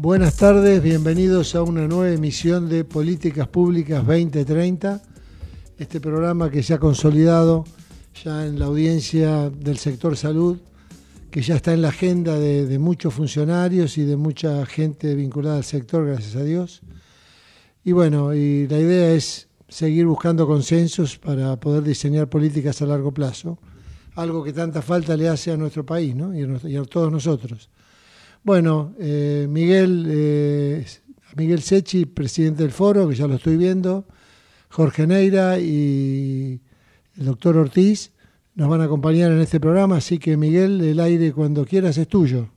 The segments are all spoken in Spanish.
Buenas tardes, bienvenidos a una nueva emisión de Políticas Públicas 2030, este programa que se ha consolidado ya en la audiencia del sector salud, que ya está en la agenda de muchos funcionarios y de mucha gente vinculada al sector, gracias a Dios. Y bueno, y la idea es seguir buscando consensos para poder diseñar políticas a largo plazo, algo que tanta falta le hace a nuestro país, ¿no? y a todos nosotros. Bueno, Miguel Secchi, presidente del foro, que ya lo estoy viendo, Jorge Neira y el doctor Ortiz nos van a acompañar en este programa, así que Miguel, el aire cuando quieras es tuyo.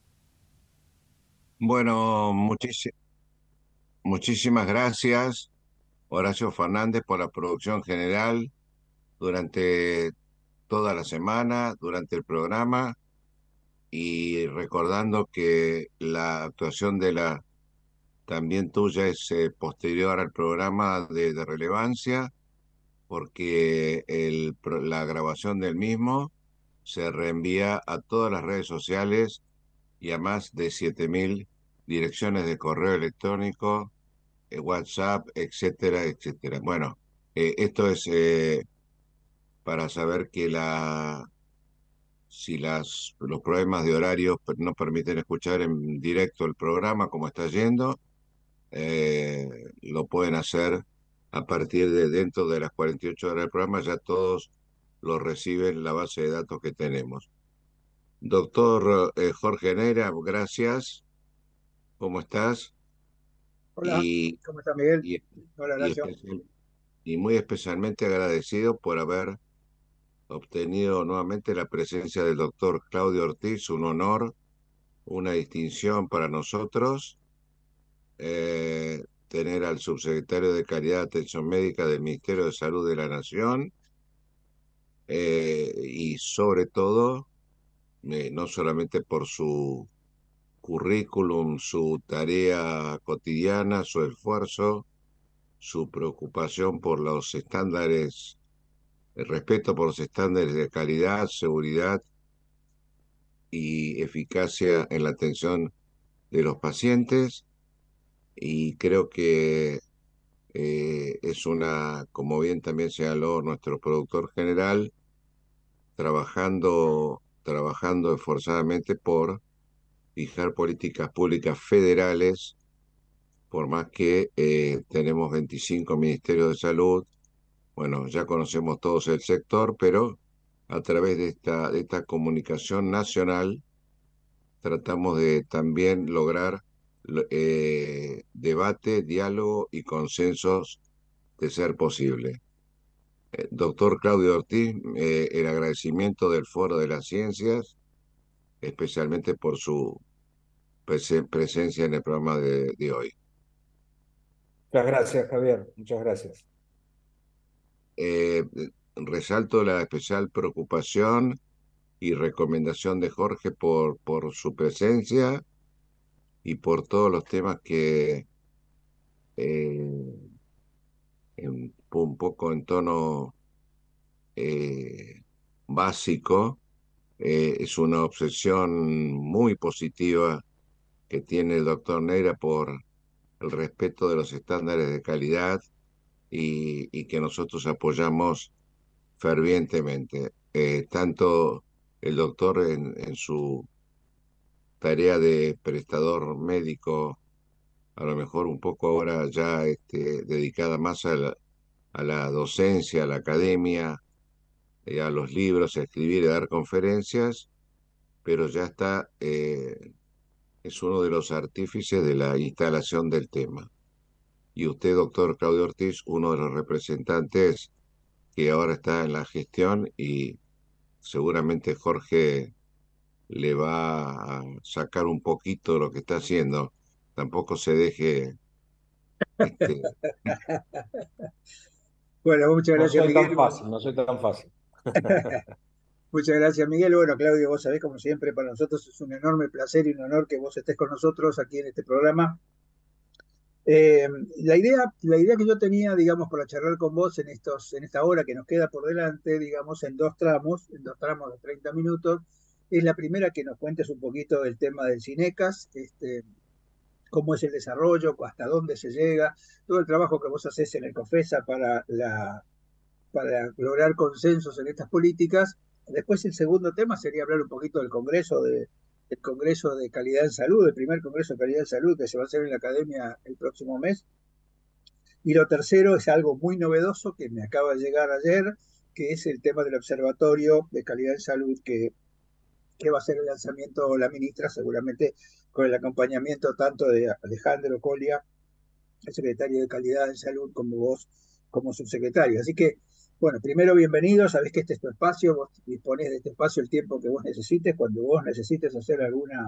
Bueno, muchísimas gracias, Horacio Fernández, por la producción general durante toda la semana, durante el programa, y recordando que la actuación también tuya es posterior al programa de relevancia, porque la grabación del mismo se reenvía a todas las redes sociales y a más de 7.000 direcciones de correo electrónico, WhatsApp, etcétera, etcétera. Bueno, esto es para saber que si los problemas de horario no permiten escuchar en directo el programa como está yendo, lo pueden hacer a partir de dentro de las 48 horas del programa, ya todos lo reciben en la base de datos que tenemos. Doctor Jorge Neira, gracias. ¿Cómo estás? Hola, Y, ¿cómo está Miguel? y, Hola, y Horacio. especial- y muy especialmente agradecido por haber obtenido nuevamente la presencia del doctor Claudio Ortiz, un honor, una distinción para nosotros, tener al subsecretario de Calidad de Atención Médica del Ministerio de Salud de la Nación, y sobre todo, no solamente por su currículum, su tarea cotidiana, su esfuerzo, su preocupación por los estándares, el respeto por los estándares de calidad, seguridad y eficacia en la atención de los pacientes. Y creo que es como bien también señaló nuestro productor general, trabajando esforzadamente por fijar políticas públicas federales, por más que tenemos 25 ministerios de salud. Bueno, ya conocemos todos el sector, pero a través de esta comunicación nacional tratamos de también lograr debate, diálogo y consensos de ser posible. Doctor Claudio Ortiz, el agradecimiento del Foro de las Ciencias, especialmente por su presencia en el programa de hoy. Muchas gracias, Javier. Muchas gracias. Eh, Resalto la especial preocupación y recomendación de Jorge por su presencia y por todos los temas que eh, un poco en tono eh, básico, es una obsesión muy positiva que tiene el doctor Neira por el respeto de los estándares de calidad y que nosotros apoyamos fervientemente. Tanto el doctor en su tarea de prestador médico, a lo mejor un poco ahora ya dedicada más a la docencia, a la academia, a los libros, a escribir y a dar conferencias, pero ya es uno de los artífices de la instalación del tema. Y usted, doctor Claudio Ortiz, uno de los representantes que ahora está en la gestión, y seguramente Jorge le va a sacar un poquito de lo que está haciendo. Tampoco se deje, este, Bueno, muchas No gracias, soy tan Miguel. fácil, no soy tan fácil. Muchas gracias, Miguel. Bueno, Claudio, vos sabés, como siempre, para nosotros es un enorme placer y un honor que vos estés con nosotros aquí en este programa. Eh, la idea que yo tenía, digamos, para charlar con vos en esta hora que nos queda por delante, digamos, en dos tramos de 30 minutos, es la primera que nos cuentes un poquito del tema del Cinecas, cómo es el desarrollo, hasta dónde se llega, todo el trabajo que vos haces en el COFESA para lograr consensos en estas políticas. Después el segundo tema sería hablar un poquito del Congreso de Calidad en Salud, el primer Congreso de Calidad en Salud que se va a hacer en la Academia el próximo mes. Y lo tercero es algo muy novedoso que me acaba de llegar ayer, que es el tema del Observatorio de Calidad en Salud, que va a ser el lanzamiento la ministra, seguramente con el acompañamiento tanto de Alejandro Colia, el secretario de Calidad en Salud, como vos, como subsecretario. Así que, bueno, primero bienvenido, sabés que este es tu espacio, vos disponés de este espacio el tiempo que vos necesites, cuando vos necesites hacer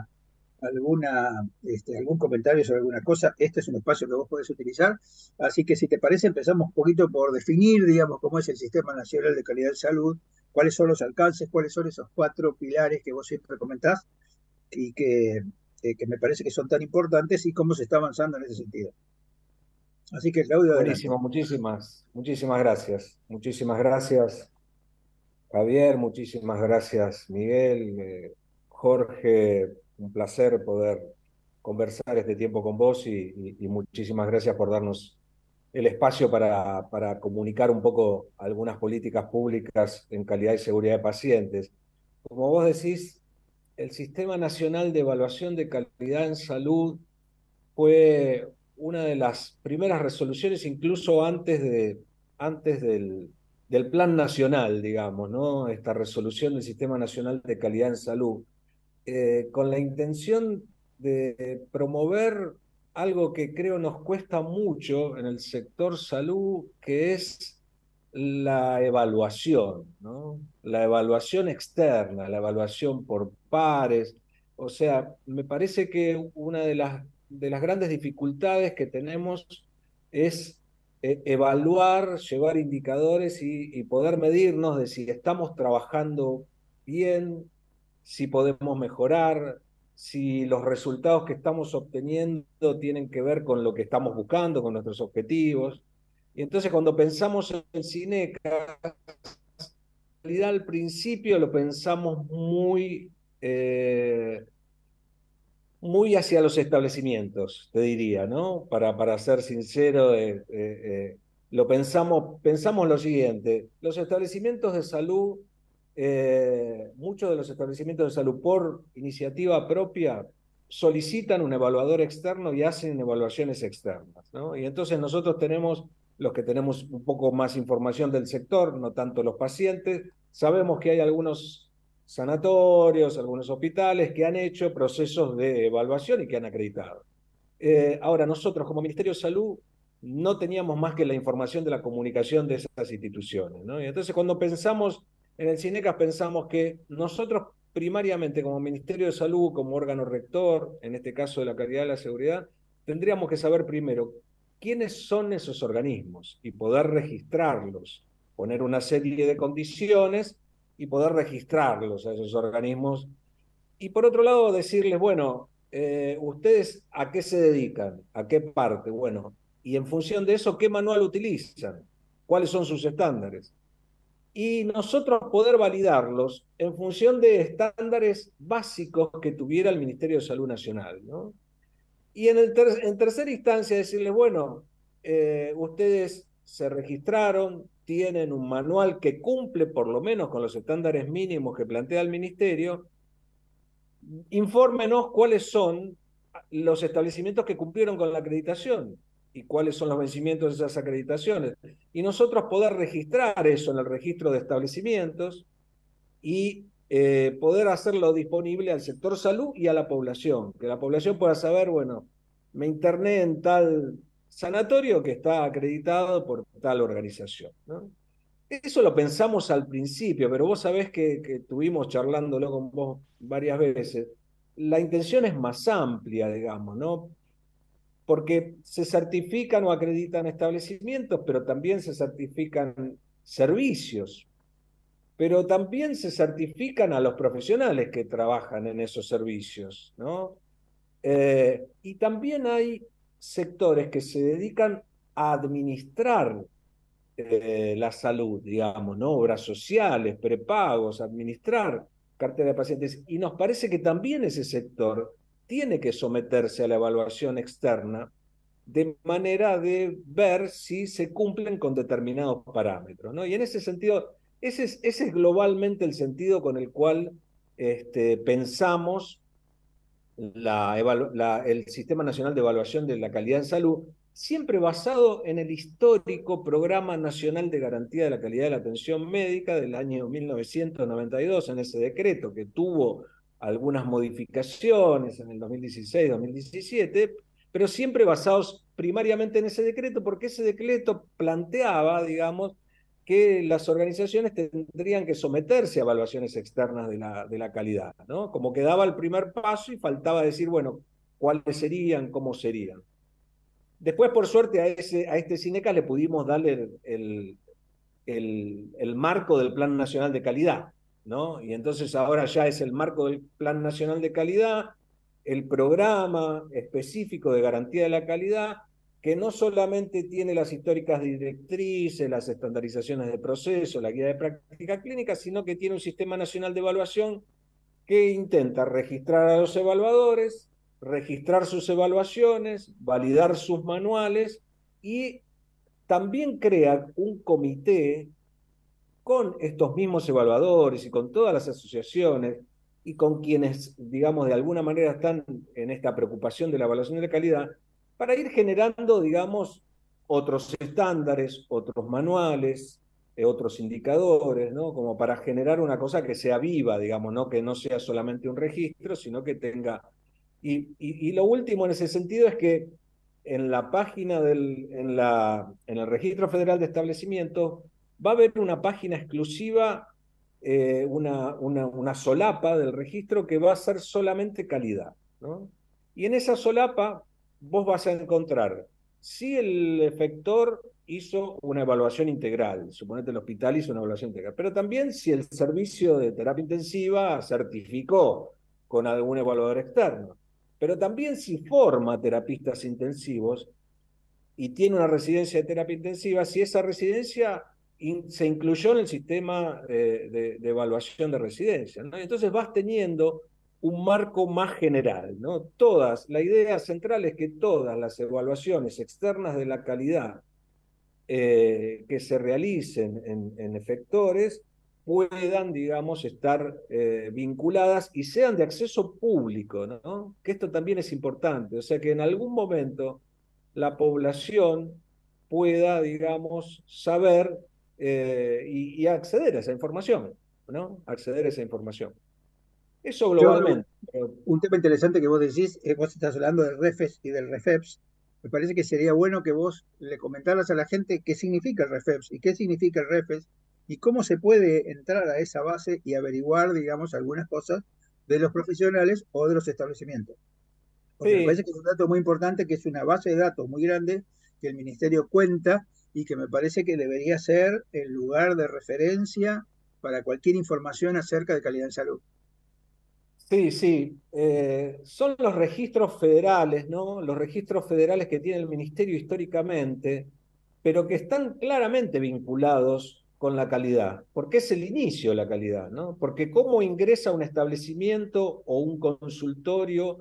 algún comentario sobre alguna cosa, este es un espacio que vos podés utilizar. Así que si te parece, empezamos un poquito por definir, digamos, cómo es el Sistema Nacional de Calidad de Salud, cuáles son los alcances, cuáles son esos 4 pilares que vos siempre comentás y que me parece que son tan importantes y cómo se está avanzando en ese sentido. Así que, Claudio, adelante. Buenísimo, muchísimas gracias. Muchísimas gracias, Javier, muchísimas gracias, Miguel, Jorge, un placer poder conversar este tiempo con vos y muchísimas gracias por darnos el espacio para comunicar un poco algunas políticas públicas en calidad y seguridad de pacientes. Como vos decís, el Sistema Nacional de Evaluación de Calidad en Salud fue una de las primeras resoluciones, incluso antes del Plan Nacional, digamos, ¿no? Esta resolución del Sistema Nacional de Calidad en Salud, con la intención de promover algo que creo nos cuesta mucho en el sector salud, que es la evaluación, ¿no? La evaluación externa, la evaluación por pares. O sea, me parece que una de las grandes dificultades que tenemos es evaluar, llevar indicadores y poder medirnos de si estamos trabajando bien, si podemos mejorar, si los resultados que estamos obteniendo tienen que ver con lo que estamos buscando, con nuestros objetivos. Y entonces cuando pensamos en Cineca, en realidad al principio lo pensamos muy hacia los establecimientos, te diría, ¿no? Para ser sincero, pensamos lo siguiente: los establecimientos de salud, muchos de los establecimientos de salud por iniciativa propia solicitan un evaluador externo y hacen evaluaciones externas, ¿no? Y entonces nosotros tenemos, los que tenemos un poco más información del sector, no tanto los pacientes, sabemos que hay algunos sanatorios, algunos hospitales que han hecho procesos de evaluación y que han acreditado. Ahora, nosotros como Ministerio de Salud no teníamos más que la información de la comunicación de esas instituciones, ¿no? Y entonces cuando pensamos en el CINECAS pensamos que nosotros primariamente como Ministerio de Salud, como órgano rector, en este caso de la calidad y la seguridad, tendríamos que saber primero quiénes son esos organismos y poder registrarlos, poner una serie de condiciones y poder registrarlos a esos organismos. Y por otro lado, decirles, bueno, ¿ustedes a qué se dedican? ¿A qué parte? Bueno, y en función de eso, ¿qué manual utilizan? ¿Cuáles son sus estándares? Y nosotros poder validarlos en función de estándares básicos que tuviera el Ministerio de Salud Nacional, ¿no? Y en tercera instancia decirles, bueno, ustedes se registraron, tienen un manual que cumple por lo menos con los estándares mínimos que plantea el Ministerio, infórmenos cuáles son los establecimientos que cumplieron con la acreditación y cuáles son los vencimientos de esas acreditaciones. Y nosotros poder registrar eso en el registro de establecimientos y poder hacerlo disponible al sector salud y a la población, que la población pueda saber, bueno, me interné en tal sanatorio que está acreditado por tal organización, ¿no? Eso lo pensamos al principio, pero vos sabés que tuvimos charlándolo con vos varias veces. La intención es más amplia, digamos, ¿no? Porque se certifican o acreditan establecimientos, pero también se certifican servicios, pero también se certifican a los profesionales que trabajan en esos servicios, ¿no? Y también hay sectores que se dedican a administrar la salud, digamos, ¿no? Obras sociales, prepagos, administrar cartera de pacientes. Y nos parece que también ese sector tiene que someterse a la evaluación externa de manera de ver si se cumplen con determinados parámetros, ¿no? Y en ese sentido, ese es globalmente el sentido con el cual pensamos el Sistema Nacional de Evaluación de la Calidad en Salud, siempre basado en el histórico Programa Nacional de Garantía de la Calidad de la Atención Médica del año 1992, en ese decreto que tuvo algunas modificaciones en el 2016-2017, pero siempre basados primariamente en ese decreto, porque ese decreto planteaba, digamos, que las organizaciones tendrían que someterse a evaluaciones externas de la calidad, ¿no? Como que daba el primer paso y faltaba decir, bueno, cuáles serían, cómo serían. Después, por suerte, a este Cineca le pudimos darle el marco del Plan Nacional de Calidad, ¿no? Y entonces ahora ya es el marco del Plan Nacional de Calidad, el programa específico de garantía de la calidad, que no solamente tiene las históricas directrices, las estandarizaciones de proceso, la guía de práctica clínica, sino que tiene un sistema nacional de evaluación que intenta registrar a los evaluadores, registrar sus evaluaciones, validar sus manuales y también crea un comité con estos mismos evaluadores y con todas las asociaciones y con quienes, digamos, de alguna manera están en esta preocupación de la evaluación de la calidad, para ir generando, digamos, otros estándares, otros manuales, otros indicadores, ¿no? Como para generar una cosa que sea viva, digamos, ¿no? Que no sea solamente un registro, sino que tenga... Y lo último en ese sentido es que en la página en el Registro Federal de Establecimientos va a haber una página exclusiva, una solapa del registro que va a ser solamente calidad, ¿no? Y en esa solapa vos vas a encontrar si el efector hizo una evaluación integral, suponete el hospital hizo una evaluación integral, pero también si el servicio de terapia intensiva certificó con algún evaluador externo, pero también si forma terapistas intensivos y tiene una residencia de terapia intensiva, si esa residencia se incluyó en el sistema de evaluación de residencia, ¿no? Entonces vas teniendo un marco más general, ¿no? La idea central es que todas las evaluaciones externas de la calidad que se realicen en efectores puedan, digamos, estar vinculadas y sean de acceso público, ¿no? Que esto también es importante, o sea que en algún momento la población pueda, digamos, saber y acceder a esa información, ¿no? Acceder a esa información. Eso Yo, globalmente. un tema interesante que vos decís, vos estás hablando del REFES y del REFEPS. Me parece que sería bueno que vos le comentaras a la gente qué significa el REFEPS y qué significa el REFES y cómo se puede entrar a esa base y averiguar, digamos, algunas cosas de los profesionales o de los establecimientos. Porque me parece Sí, que es un dato muy importante, que es una base de datos muy grande que el ministerio cuenta y que me parece que debería ser el lugar de referencia para cualquier información acerca de calidad en salud. sí, sí. Son los registros federales, ¿no? Los registros federales que tiene el ministerio históricamente, pero que están claramente vinculados con la calidad, porque es el inicio de la calidad, ¿no? Porque cómo ingresa un establecimiento o un consultorio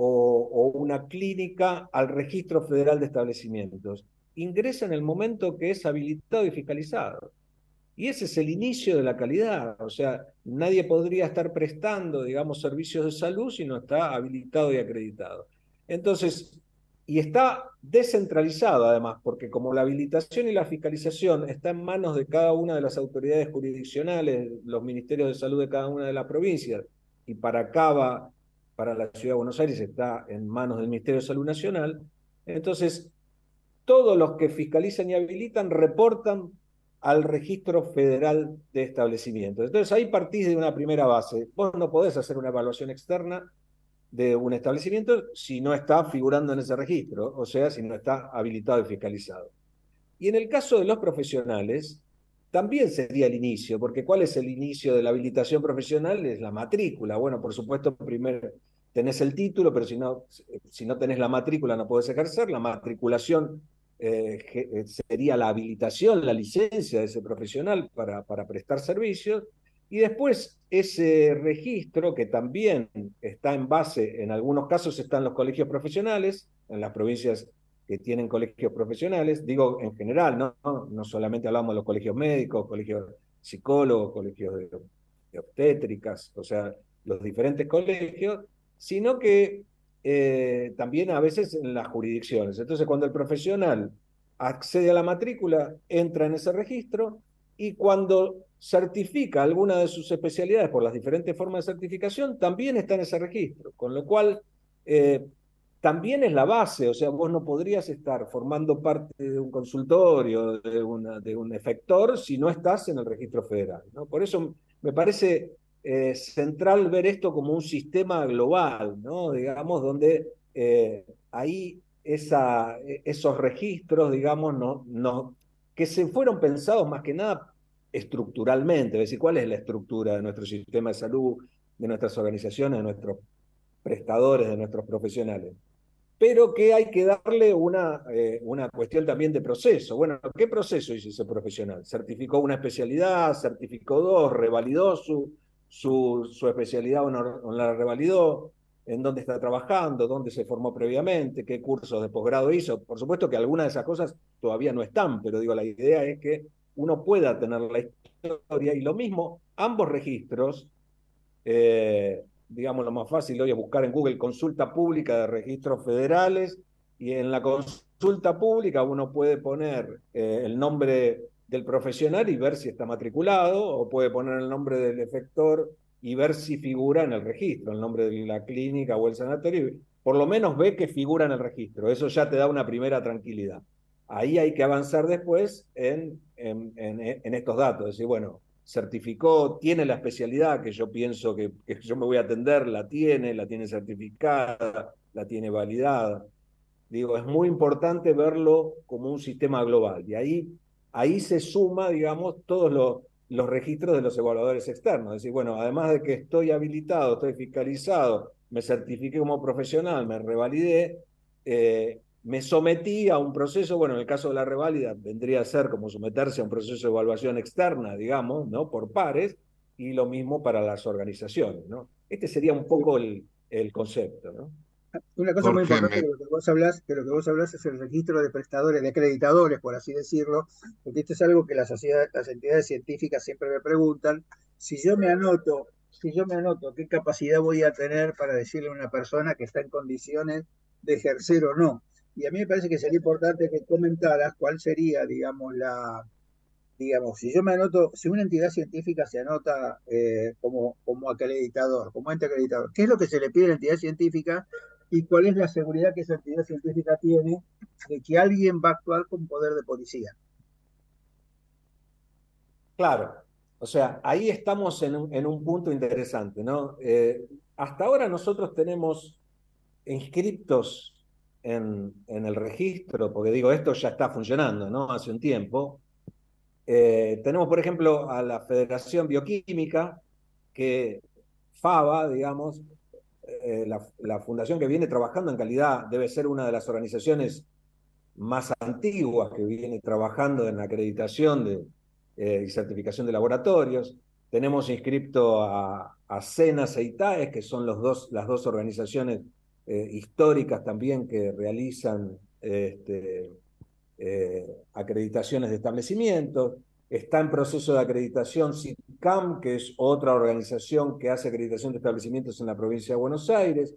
o una clínica al registro federal de establecimientos. Ingresa en el momento que es habilitado y fiscalizado. Y ese es el inicio de la calidad. O sea, nadie podría estar prestando, digamos, servicios de salud si no está habilitado y acreditado. Entonces, y está descentralizado además, porque como la habilitación y la fiscalización está en manos de cada una de las autoridades jurisdiccionales, los ministerios de salud de cada una de las provincias, y para Cava, para la Ciudad de Buenos Aires, está en manos del Ministerio de Salud Nacional, entonces todos los que fiscalizan y habilitan reportan al registro federal de establecimientos. Entonces ahí partís de una primera base. Vos no podés hacer una evaluación externa de un establecimiento si no está figurando en ese registro, o sea, si no está habilitado y fiscalizado. Y en el caso de los profesionales, también sería el inicio, porque ¿cuál es el inicio de la habilitación profesional? Es la matrícula. Bueno, por supuesto, primero tenés el título, pero si no tenés la matrícula no podés ejercer. La matriculación sería la habilitación, la licencia de ese profesional para prestar servicios. Y después ese registro, que también está en base, en algunos casos están los colegios profesionales, en las provincias que tienen colegios profesionales, digo en general, no solamente hablamos de los colegios médicos, colegios psicólogos, colegios de obstétricas, o sea, los diferentes colegios, sino que también a veces en las jurisdicciones. Entonces, cuando el profesional accede a la matrícula, entra en ese registro, y cuando certifica alguna de sus especialidades por las diferentes formas de certificación, también está en ese registro, con lo cual también es la base. O sea, vos no podrías estar formando parte de un consultorio, de un efector, si no estás en el registro federal, ¿no? Por eso me parece central ver esto como un sistema global, ¿no? Digamos, donde ahí esos registros, digamos, que se fueron pensados más que nada estructuralmente, es decir, cuál es la estructura de nuestro sistema de salud, de nuestras organizaciones, de nuestros prestadores, de nuestros profesionales, pero que hay que darle una cuestión también de proceso. Bueno, ¿qué proceso hizo ese profesional? ¿Certificó una especialidad? ¿Certificó dos? ¿Revalidó su especialidad o no la revalidó? ¿En dónde está trabajando? ¿Dónde se formó previamente? ¿Qué cursos de posgrado hizo? Por supuesto que algunas de esas cosas todavía no están, pero digo, la idea es que uno pueda tener la historia, y lo mismo, ambos registros, digamos, lo más fácil hoy es buscar en Google consulta pública de registros federales, y en la consulta pública uno puede poner el nombre del profesional y ver si está matriculado, o puede poner el nombre del efector y ver si figura en el registro, el nombre de la clínica o el sanatorio, por lo menos ve que figura en el registro. Eso ya te da una primera tranquilidad. Ahí hay que avanzar después en estos datos, es decir, bueno, certificó, tiene la especialidad que yo pienso que yo me voy a atender, la tiene certificada, la tiene validada. Digo, es muy importante verlo como un sistema global. Y ahí se suma, digamos, todos los registros de los evaluadores externos. Es decir, bueno, además de que estoy habilitado, estoy fiscalizado, me certifiqué como profesional, me revalidé, me sometí a un proceso. Bueno, en el caso de la reválida vendría a ser como someterse a un proceso de evaluación externa, digamos, ¿no? Por pares, y lo mismo para las organizaciones, ¿no? Este sería un poco el concepto, ¿no? Una cosa muy Jorge, importante de lo que vos hablás es el registro de prestadores, de acreditadores, por así decirlo, porque esto es algo que las entidades científicas siempre me preguntan. Si yo me anoto, ¿qué capacidad voy a tener para decirle a una persona que está en condiciones de ejercer o no? Y a mí me parece que sería importante que comentaras cuál sería, digamos, si yo me anoto, si una entidad científica se anota como acreditador, como ente acreditador, ¿qué es lo que se le pide a la entidad científica y cuál es la seguridad que esa entidad científica tiene de que alguien va a actuar con poder de policía? Claro, o sea, ahí estamos en un punto interesante, ¿no? Hasta ahora nosotros tenemos inscriptos en el registro, porque digo, esto ya está funcionando, ¿no? Hace un tiempo. Tenemos, por ejemplo, a la Federación Bioquímica, que FABA, digamos, la fundación que viene trabajando en calidad, debe ser una de las organizaciones más antiguas que viene trabajando en la acreditación y certificación de laboratorios. Tenemos inscripto a CENAS e ITAES, que son las dos organizaciones históricas también que realizan acreditaciones de establecimientos. Está en proceso de acreditación CITCAM, que es otra organización que hace acreditación de establecimientos en la provincia de Buenos Aires.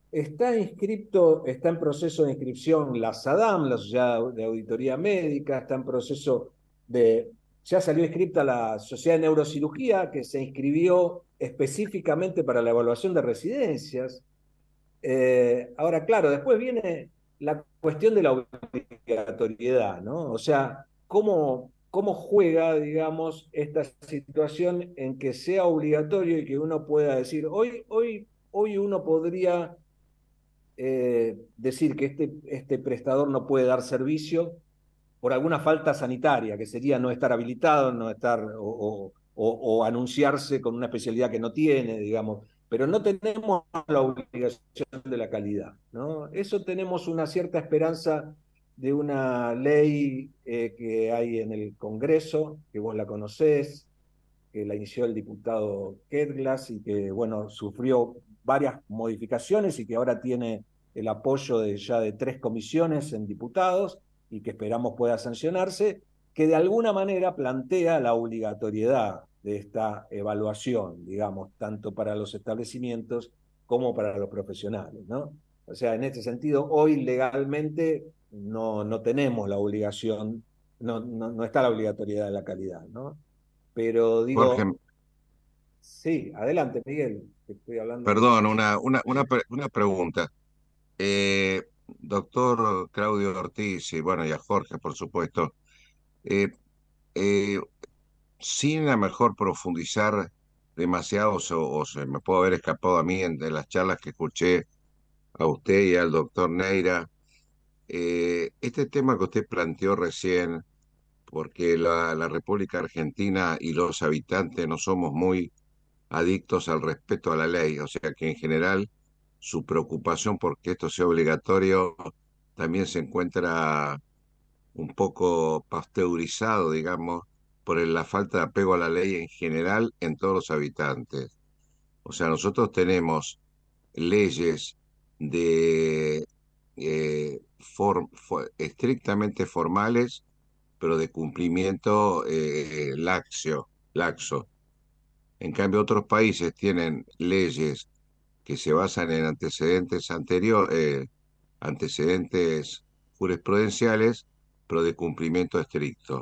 Está en proceso de inscripción la SADAM, la Sociedad de Auditoría Médica. Está en proceso ya salió inscripta la Sociedad de Neurocirugía, que se inscribió específicamente para la evaluación de residencias. Ahora, claro, después viene la cuestión de la obligatoriedad, ¿no? O sea, cómo juega, digamos, esta situación en que sea obligatorio y que uno pueda decir, hoy uno podría decir que este prestador no puede dar servicio por alguna falta sanitaria, que sería no estar habilitado, no estar, o anunciarse con una especialidad que no tiene, digamos, pero no tenemos la obligación de la calidad, ¿no? Eso tenemos una cierta esperanza de una ley que hay en el Congreso, que vos la conocés, que la inició el diputado Ketglas y que, bueno, sufrió varias modificaciones y que ahora tiene el apoyo ya de 3 comisiones en diputados y que esperamos pueda sancionarse, que de alguna manera plantea la obligatoriedad de esta evaluación, digamos, tanto para los establecimientos como para los profesionales, ¿no? O sea, en este sentido, hoy legalmente no tenemos la obligación, no está la obligatoriedad de la calidad, ¿no? Pero Jorge, digo, sí, adelante, Miguel, te estoy hablando. perdón, una pregunta. Doctor Claudio Ortiz, y bueno, y a Jorge, por supuesto, eh, eh, sin a mejor profundizar demasiado, o se me puede haber escapado a mí de las charlas que escuché a usted y al doctor Neira, este tema que usted planteó recién, porque la República Argentina y los habitantes no somos muy adictos al respeto a la ley, o sea que en general su preocupación por que esto sea obligatorio también se encuentra un poco pasteurizado, digamos, por la falta de apego a la ley en general en todos los habitantes. O sea, nosotros tenemos leyes de estrictamente formales, pero de cumplimiento laxo. En cambio, otros países tienen leyes que se basan en antecedentes jurisprudenciales, pero de cumplimiento estricto.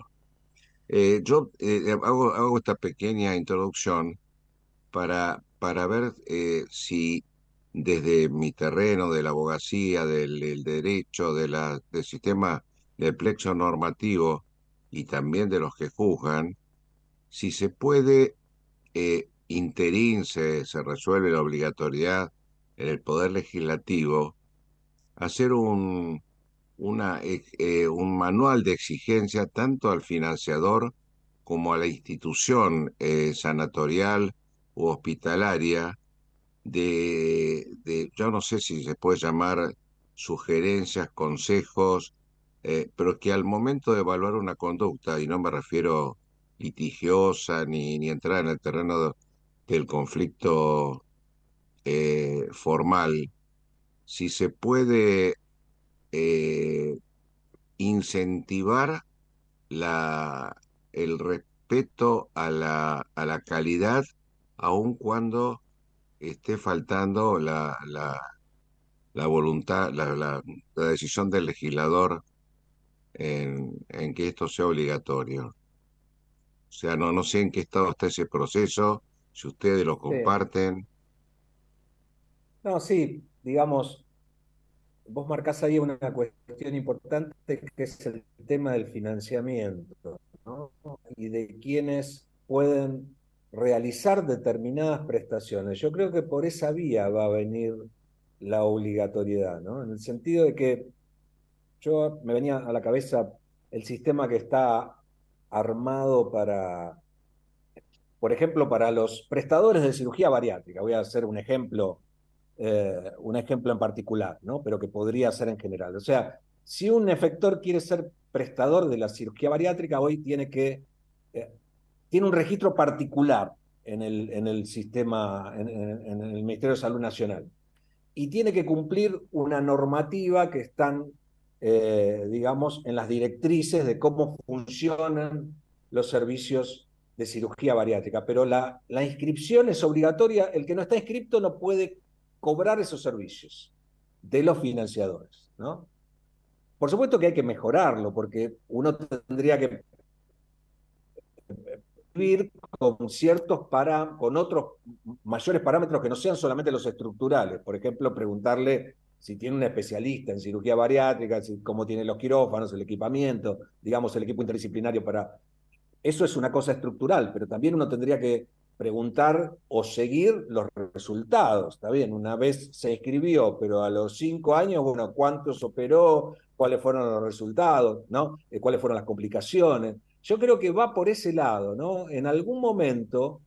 Hago esta pequeña introducción para ver si desde mi terreno de la abogacía, del derecho, del sistema del plexo normativo y también de los que juzgan, si se puede interín se resuelve la obligatoriedad en el Poder Legislativo, hacer un manual de exigencia tanto al financiador como a la institución sanatorial u hospitalaria yo no sé si se puede llamar sugerencias, consejos, pero que al momento de evaluar una conducta, y no me refiero litigiosa ni entrar en el terreno del conflicto formal, si se puede eh, incentivar la, el respeto a la calidad, aun cuando esté faltando la voluntad, la decisión del legislador en que esto sea obligatorio. O sea, no sé en qué estado está ese proceso, si ustedes lo Sí. comparten. No, sí, digamos, vos marcás ahí una cuestión importante que es el tema del financiamiento, ¿no? Y de quienes pueden realizar determinadas prestaciones. Yo creo que por esa vía va a venir la obligatoriedad, ¿no? En el sentido de que yo me venía a la cabeza el sistema que está armado para, por ejemplo, para los prestadores de cirugía bariátrica. Voy a hacer un ejemplo en particular, ¿no? Pero que podría ser en general. O sea, si un efector quiere ser prestador de la cirugía bariátrica, hoy tiene un registro particular en el sistema, en el Ministerio de Salud Nacional. Y tiene que cumplir una normativa que están, digamos, en las directrices de cómo funcionan los servicios de cirugía bariátrica. Pero la inscripción es obligatoria. El que no está inscripto no puede cobrar esos servicios de los financiadores, ¿no? Por supuesto que hay que mejorarlo, porque uno tendría que vivir con otros mayores parámetros que no sean solamente los estructurales. Por ejemplo, preguntarle si tiene un especialista en cirugía bariátrica, cómo tiene los quirófanos, el equipamiento, digamos, el equipo interdisciplinario para... Eso es una cosa estructural, pero también uno tendría que preguntar o seguir los resultados. Está bien, una vez se inscribió, pero a los 5 años, bueno, ¿cuántos operó? ¿Cuáles fueron los resultados? ¿No? ¿Cuáles fueron las complicaciones? Yo creo que va por ese lado, ¿no? En algún momento,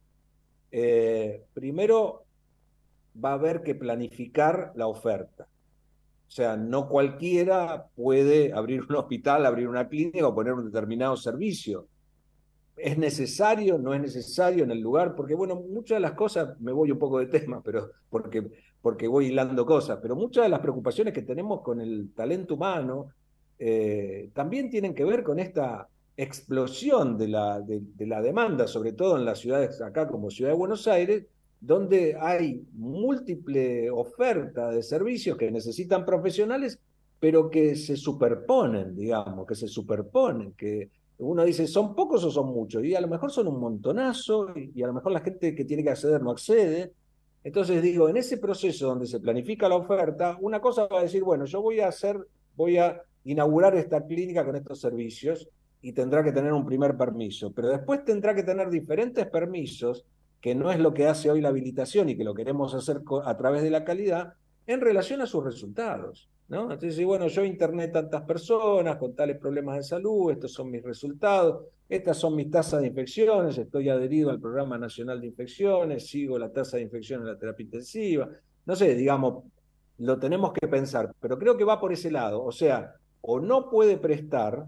primero va a haber que planificar la oferta. O sea, no cualquiera puede abrir un hospital, abrir una clínica o poner un determinado servicio. ¿Es necesario? ¿No es necesario en el lugar? Porque, bueno, muchas de las cosas, me voy un poco de tema, pero porque voy hilando cosas, pero muchas de las preocupaciones que tenemos con el talento humano también tienen que ver con esta explosión de la demanda, sobre todo en las ciudades acá como Ciudad de Buenos Aires, donde hay múltiple oferta de servicios que necesitan profesionales, pero que se superponen, digamos, que se superponen, que uno dice, ¿son pocos o son muchos? Y a lo mejor son un montonazo, y a lo mejor la gente que tiene que acceder no accede. Entonces digo, en ese proceso donde se planifica la oferta, una cosa va a decir, bueno, yo voy a inaugurar esta clínica con estos servicios y tendrá que tener un primer permiso, pero después tendrá que tener diferentes permisos, que no es lo que hace hoy la habilitación y que lo queremos hacer a través de la calidad, en relación a sus resultados, ¿no? Entonces, bueno, yo interné tantas personas con tales problemas de salud, estos son mis resultados, estas son mis tasas de infecciones, estoy adherido al Programa Nacional de Infecciones, sigo la tasa de infección en la terapia intensiva, no sé, digamos, lo tenemos que pensar, pero creo que va por ese lado, o sea, o no puede prestar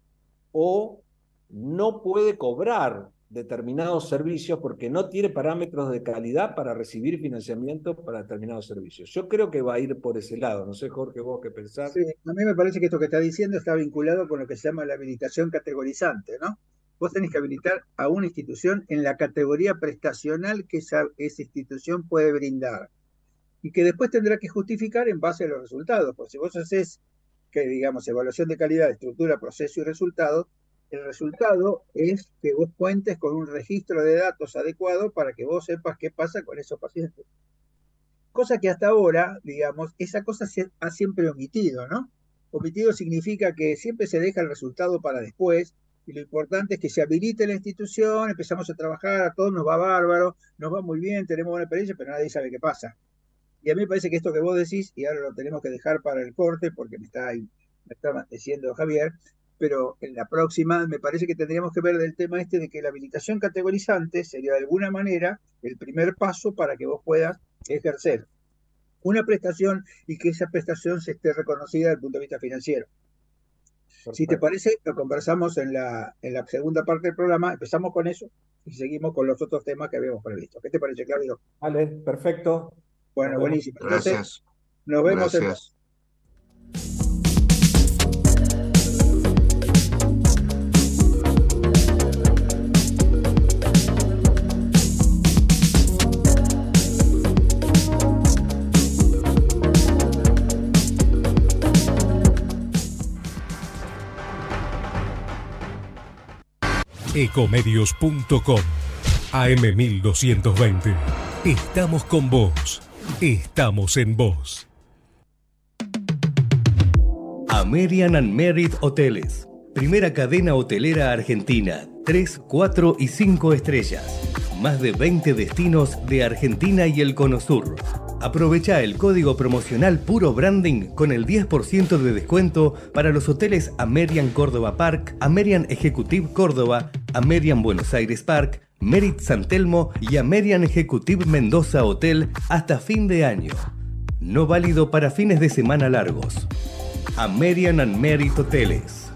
o no puede cobrar determinados servicios porque no tiene parámetros de calidad para recibir financiamiento para determinados servicios. Yo creo que va a ir por ese lado. No sé, Jorge, vos qué pensás. Sí, a mí me parece que esto que está diciendo está vinculado con lo que se llama la habilitación categorizante, ¿no? Vos tenés que habilitar a una institución en la categoría prestacional que esa institución puede brindar y que después tendrá que justificar en base a los resultados. Pues si vos haces, que digamos, evaluación de calidad, estructura, proceso y resultado, el resultado es que vos cuentes con un registro de datos adecuado para que vos sepas qué pasa con esos pacientes. Cosa que hasta ahora, digamos, esa cosa se ha siempre omitido, ¿no? Omitido significa que siempre se deja el resultado para después, y lo importante es que se habilite la institución, empezamos a trabajar, a todos nos va bárbaro, nos va muy bien, tenemos buena experiencia, pero nadie sabe qué pasa. Y a mí me parece que esto que vos decís, y ahora lo tenemos que dejar para el corte, porque me está diciendo Javier, pero en la próxima me parece que tendríamos que ver del tema este de que la habilitación categorizante sería de alguna manera el primer paso para que vos puedas ejercer una prestación y que esa prestación se esté reconocida desde el punto de vista financiero. Perfecto. Si te parece, lo conversamos en la segunda parte del programa, empezamos con eso y seguimos con los otros temas que habíamos previsto. ¿Qué te parece, Claudio? Vale, perfecto. Bueno, buenísimo. Entonces, Gracias. nos vemos en... Gracias. Ecomedios.com AM1220. Estamos con vos. Estamos en vos. American and Merit Hoteles. Primera cadena hotelera argentina. 3, 4 y 5 estrellas. Más de 20 destinos de Argentina y el Cono Sur. Aprovecha el código promocional Puro Branding con el 10% de descuento para los hoteles American Córdoba Park, American Executive Córdoba, American Buenos Aires Park, Merit San Telmo y American Executive Mendoza Hotel hasta fin de año. No válido para fines de semana largos. American and Merit Hoteles.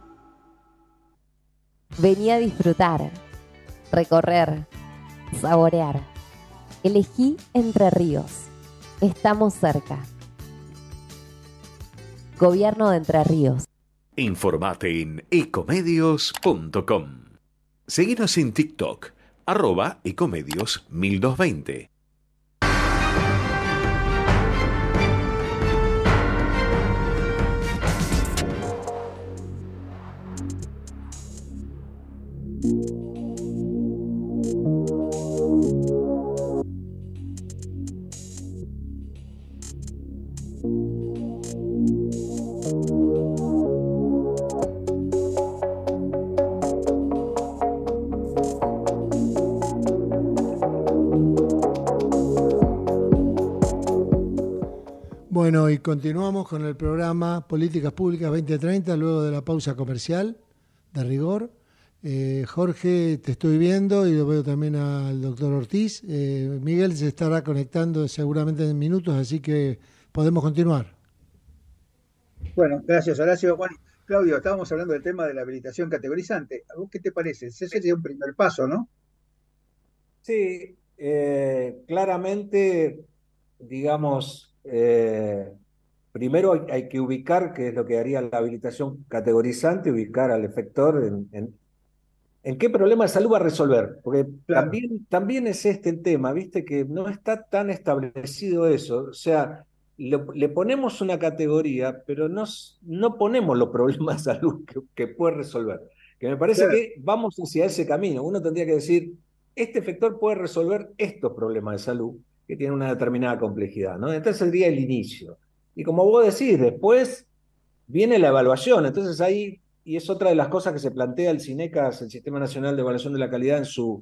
Vení a disfrutar, recorrer, saborear. Elegí Entre Ríos. Estamos cerca. Gobierno de Entre Ríos. Informate en ecomedios.com. Seguinos en TikTok, @ecomedios1220. Bueno, y continuamos con el programa Políticas Públicas 2030, luego de la pausa comercial de rigor. Jorge, te estoy viendo y lo veo también al doctor Ortiz. Miguel se estará conectando seguramente en minutos, así que podemos continuar. Bueno, gracias, Horacio. Bueno, Claudio, estábamos hablando del tema de la habilitación categorizante. ¿A vos qué te parece? Ese sería un primer paso, ¿no? Sí, claramente, digamos, primero hay que ubicar qué es lo que haría la habilitación categorizante, ubicar al efector en qué problema de salud va a resolver, porque Claro, también es este el tema, viste que no está tan establecido eso, o sea, le ponemos una categoría, pero no ponemos los problemas de salud que puede resolver, que me parece claro. que vamos hacia ese camino. Uno tendría que decir, este efector puede resolver estos problemas de salud que tienen una determinada complejidad, ¿no? Entonces sería el inicio. Y como vos decís, después viene la evaluación, entonces ahí, y es otra de las cosas que se plantea el SINECAS, el Sistema Nacional de Evaluación de la Calidad,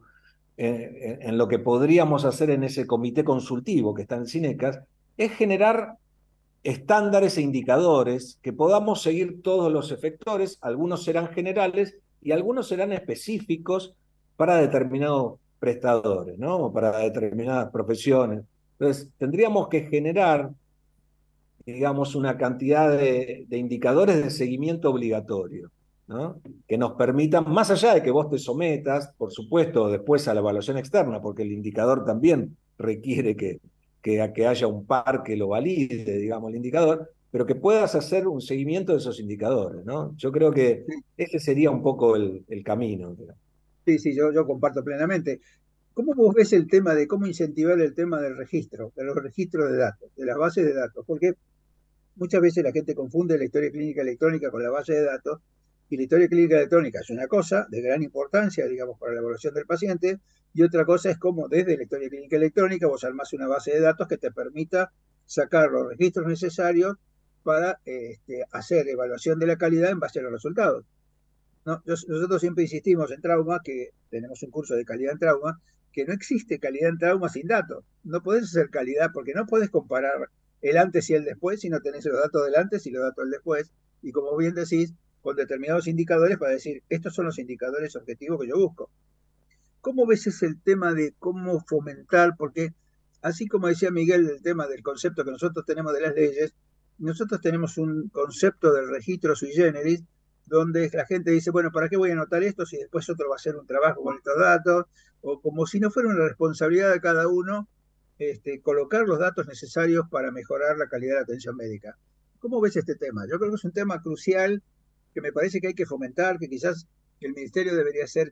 en lo que podríamos hacer en ese comité consultivo que está en el SINECAS, es generar estándares e indicadores que podamos seguir todos los efectores, algunos serán generales y algunos serán específicos para determinados prestadores, ¿no? O para determinadas profesiones. Entonces, tendríamos que generar, digamos, una cantidad de indicadores de seguimiento obligatorio, ¿no? Que nos permitan, más allá de que vos te sometas, por supuesto, después a la evaluación externa, porque el indicador también requiere que haya un par que lo valide, digamos, el indicador, pero que puedas hacer un seguimiento de esos indicadores, ¿no? Yo creo que Sí, ese sería un poco el camino. sí, sí, yo comparto plenamente. ¿Cómo vos ves el tema de cómo incentivar el tema del registro, de los registros de datos, de las bases de datos? Porque muchas veces la gente confunde la historia clínica electrónica con la base de datos, y la historia clínica electrónica es una cosa de gran importancia, digamos, para la evaluación del paciente, y otra cosa es cómo desde la historia clínica electrónica vos armás una base de datos que te permita sacar los registros necesarios para hacer evaluación de la calidad en base a los resultados. ¿No? Nosotros siempre insistimos en trauma, que tenemos un curso de calidad en trauma, que no existe calidad en trauma sin datos. No podés hacer calidad porque no podés comparar el antes y el después si no tenés los datos del antes y los datos del después. Y como bien decís, con determinados indicadores para decir, estos son los indicadores objetivos que yo busco. ¿Cómo ves ese el tema de cómo fomentar? Porque así como decía Miguel, el tema del concepto que nosotros tenemos de las leyes, nosotros tenemos un concepto del registro sui generis, donde la gente dice, bueno, ¿para qué voy a anotar esto si después otro va a hacer un trabajo con estos datos? O como si no fuera una responsabilidad de cada uno colocar los datos necesarios para mejorar la calidad de la atención médica. ¿Cómo ves este tema? Yo creo que es un tema crucial que me parece que hay que fomentar, que quizás el ministerio debería ser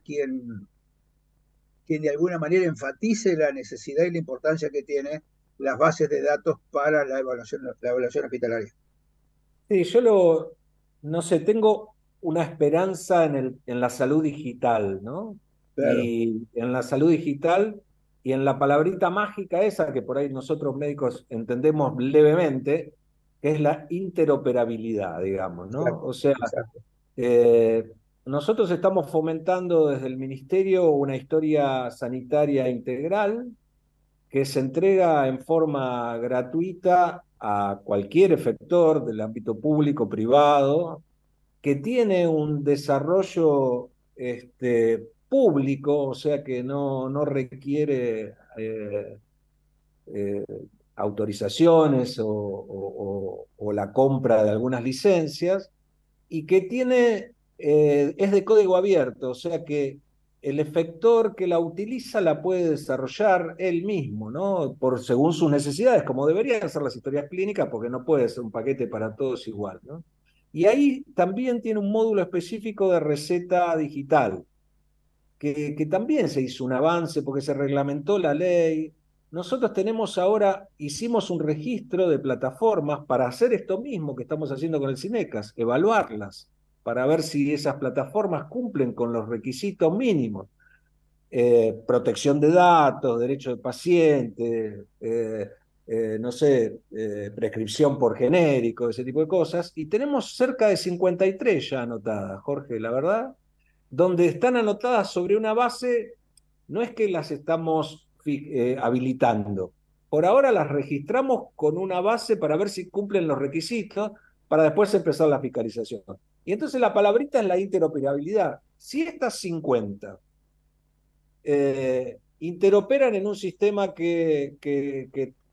quien de alguna manera enfatice la necesidad y la importancia que tiene las bases de datos para la evaluación hospitalaria. Sí, no sé, tengo una esperanza en la salud digital, ¿no? Claro, Y en la salud digital y en la palabrita mágica esa que por ahí nosotros médicos entendemos levemente, que es la interoperabilidad, digamos, ¿no? exacto, O sea, exacto. eh, nosotros estamos fomentando desde el ministerio una historia sanitaria integral que se entrega en forma gratuita a cualquier efector del ámbito público, privado, que tiene un desarrollo público, o sea que no requiere eh, autorizaciones o la compra de algunas licencias, y que es de código abierto, o sea que el efector que la utiliza la puede desarrollar él mismo, ¿no? Según sus necesidades, como deberían ser las historias clínicas, porque no puede ser un paquete para todos igual, ¿no? Y ahí también tiene un módulo específico de receta digital, que también se hizo un avance porque se reglamentó la ley. Nosotros hicimos un registro de plataformas para hacer esto mismo que estamos haciendo con el Cinecas, evaluarlas, para ver si esas plataformas cumplen con los requisitos mínimos. Protección de datos, derecho del paciente, no sé, prescripción por genérico, ese tipo de cosas. Y tenemos cerca de 53 ya anotadas, Jorge, la verdad, donde están anotadas sobre una base, no es que las estamos habilitando. Por ahora las registramos con una base para ver si cumplen los requisitos, para después empezar la fiscalización. Y entonces la palabrita es la interoperabilidad. Si estas 50 interoperan en un sistema que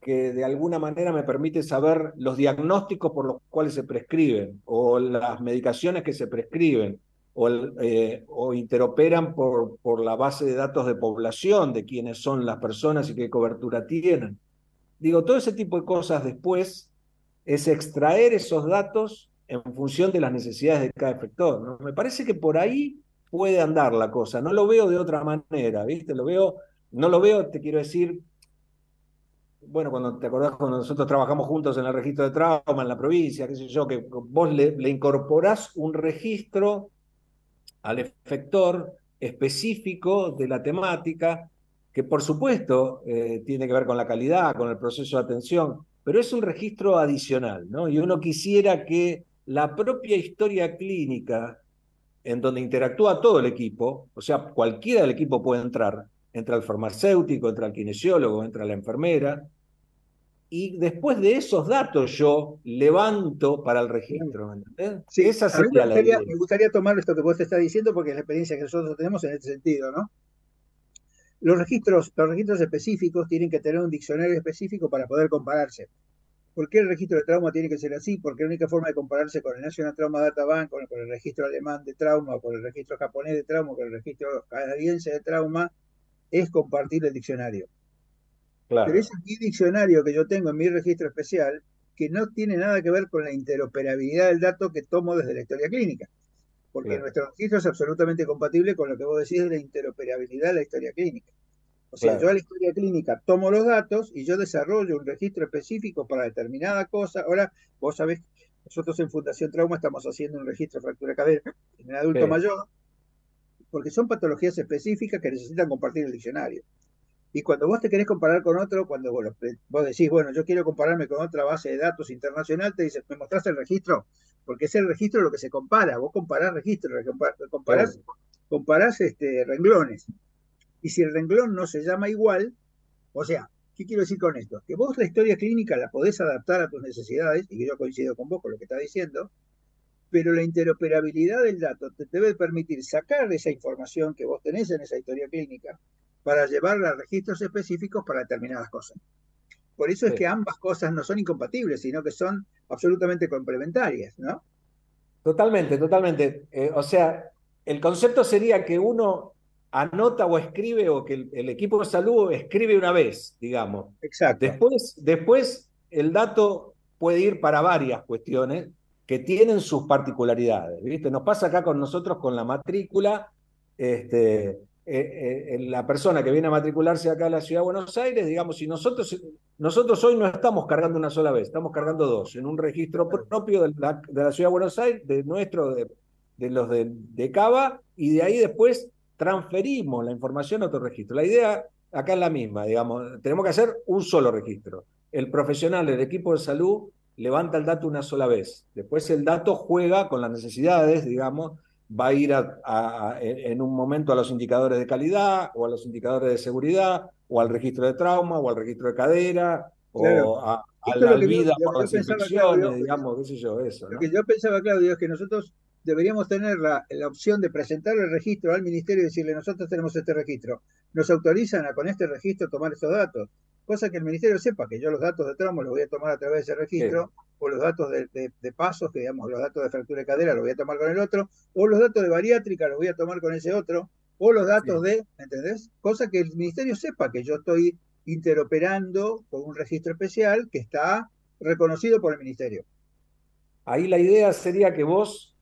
que de alguna manera me permite saber los diagnósticos por los cuales se prescriben, o las medicaciones que se prescriben, o interoperan por la base de datos de población, de quiénes son las personas y qué cobertura tienen. Digo, todo ese tipo de cosas después es extraer esos datos en función de las necesidades de cada efector, ¿no? Me parece que por ahí puede andar la cosa, no lo veo de otra manera, ¿viste? No lo veo, te quiero decir, bueno, cuando te acordás cuando nosotros trabajamos juntos en el registro de trauma en la provincia, qué sé yo, que vos le incorporás un registro al efector específico de la temática, que por supuesto tiene que ver con la calidad, con el proceso de atención, pero es un registro adicional, ¿no? Y uno quisiera que la propia historia clínica, en donde interactúa todo el equipo, o sea, cualquiera del equipo puede entrar, entra el farmacéutico, entra el kinesiólogo, entra la enfermera, y después de esos datos yo levanto para el registro, ¿me entendés? Sí, Esa a mí sería la idea. me gustaría tomar esto que vos te estás diciendo porque es la experiencia que nosotros tenemos en este sentido, ¿no? Los registros específicos tienen que tener un diccionario específico para poder compararse. ¿Por qué el registro de trauma tiene que ser así? Porque la única forma de compararse con el National Trauma Data Bank, con el registro alemán de trauma, con el registro japonés de trauma, con el registro canadiense de trauma, es compartir el diccionario. Pero Claro. ese mi diccionario que yo tengo en mi registro especial, que no tiene nada que ver con la interoperabilidad del dato que tomo desde la historia clínica, porque Claro, nuestro registro es absolutamente compatible con lo que vos decís de la interoperabilidad de la historia clínica. O sea, yo a claro. la historia clínica tomo los datos y yo desarrollo un registro específico para determinada cosa. Ahora, vos sabés, nosotros en Fundación Trauma estamos haciendo un registro de fractura de cadera en el adulto Sí, mayor, porque son patologías específicas que necesitan compartir el diccionario. Y cuando vos te querés comparar con otro, cuando vos decís, bueno, yo quiero compararme con otra base de datos internacional, te dices, ¿me mostrás el registro? Porque es el registro lo que se compara. Vos comparás registros, seguro. comparás renglones. Y si el renglón no se llama igual, o sea, ¿qué quiero decir con esto? Que vos la historia clínica la podés adaptar a tus necesidades, y que yo coincido con vos con lo que estás diciendo, pero la interoperabilidad del dato te debe permitir sacar esa información que vos tenés en esa historia clínica para llevarla a registros específicos para determinadas cosas. Por eso es Sí. que ambas cosas no son incompatibles, sino que son absolutamente complementarias, ¿no? Totalmente, totalmente. O sea, el concepto sería que uno anota o escribe, o que el equipo de salud escribe una vez, digamos. Exacto. Después el dato puede ir para varias cuestiones que tienen sus particularidades, ¿viste? Nos pasa acá con nosotros con la matrícula, la persona que viene a matricularse acá a la Ciudad de Buenos Aires, digamos, si nosotros hoy no estamos cargando una sola vez, estamos cargando dos, en un registro propio de la Ciudad de Buenos Aires, de nuestro, de los de Cava, y de ahí después transferimos la información a otro registro. La idea acá es la misma, digamos, tenemos que hacer un solo registro. El profesional del equipo de salud levanta el dato una sola vez. Después el dato juega con las necesidades, digamos, va a ir en un momento a los indicadores de calidad, o a los indicadores de seguridad, o al registro de trauma, o al registro de cadera, Claro. o Esto es al vida lo que por yo las pensaba, Claudio. infecciones, digamos, qué sé yo, eso, Lo que ¿no? yo pensaba, Claudio, es que nosotros deberíamos tener la opción de presentar el registro al ministerio y decirle, nosotros tenemos este registro, nos autorizan a con este registro tomar estos datos, cosa que el ministerio sepa que yo los datos de trauma los voy a tomar a través de ese Sí, registro, o los datos de pasos, que digamos, los datos de fractura de cadera los voy a tomar con el otro, o los datos de bariátrica los voy a tomar con ese otro, o los datos sí. de, ¿entendés? Cosa que el ministerio sepa que yo estoy interoperando con un registro especial que está reconocido por el ministerio. Ahí la idea sería que vos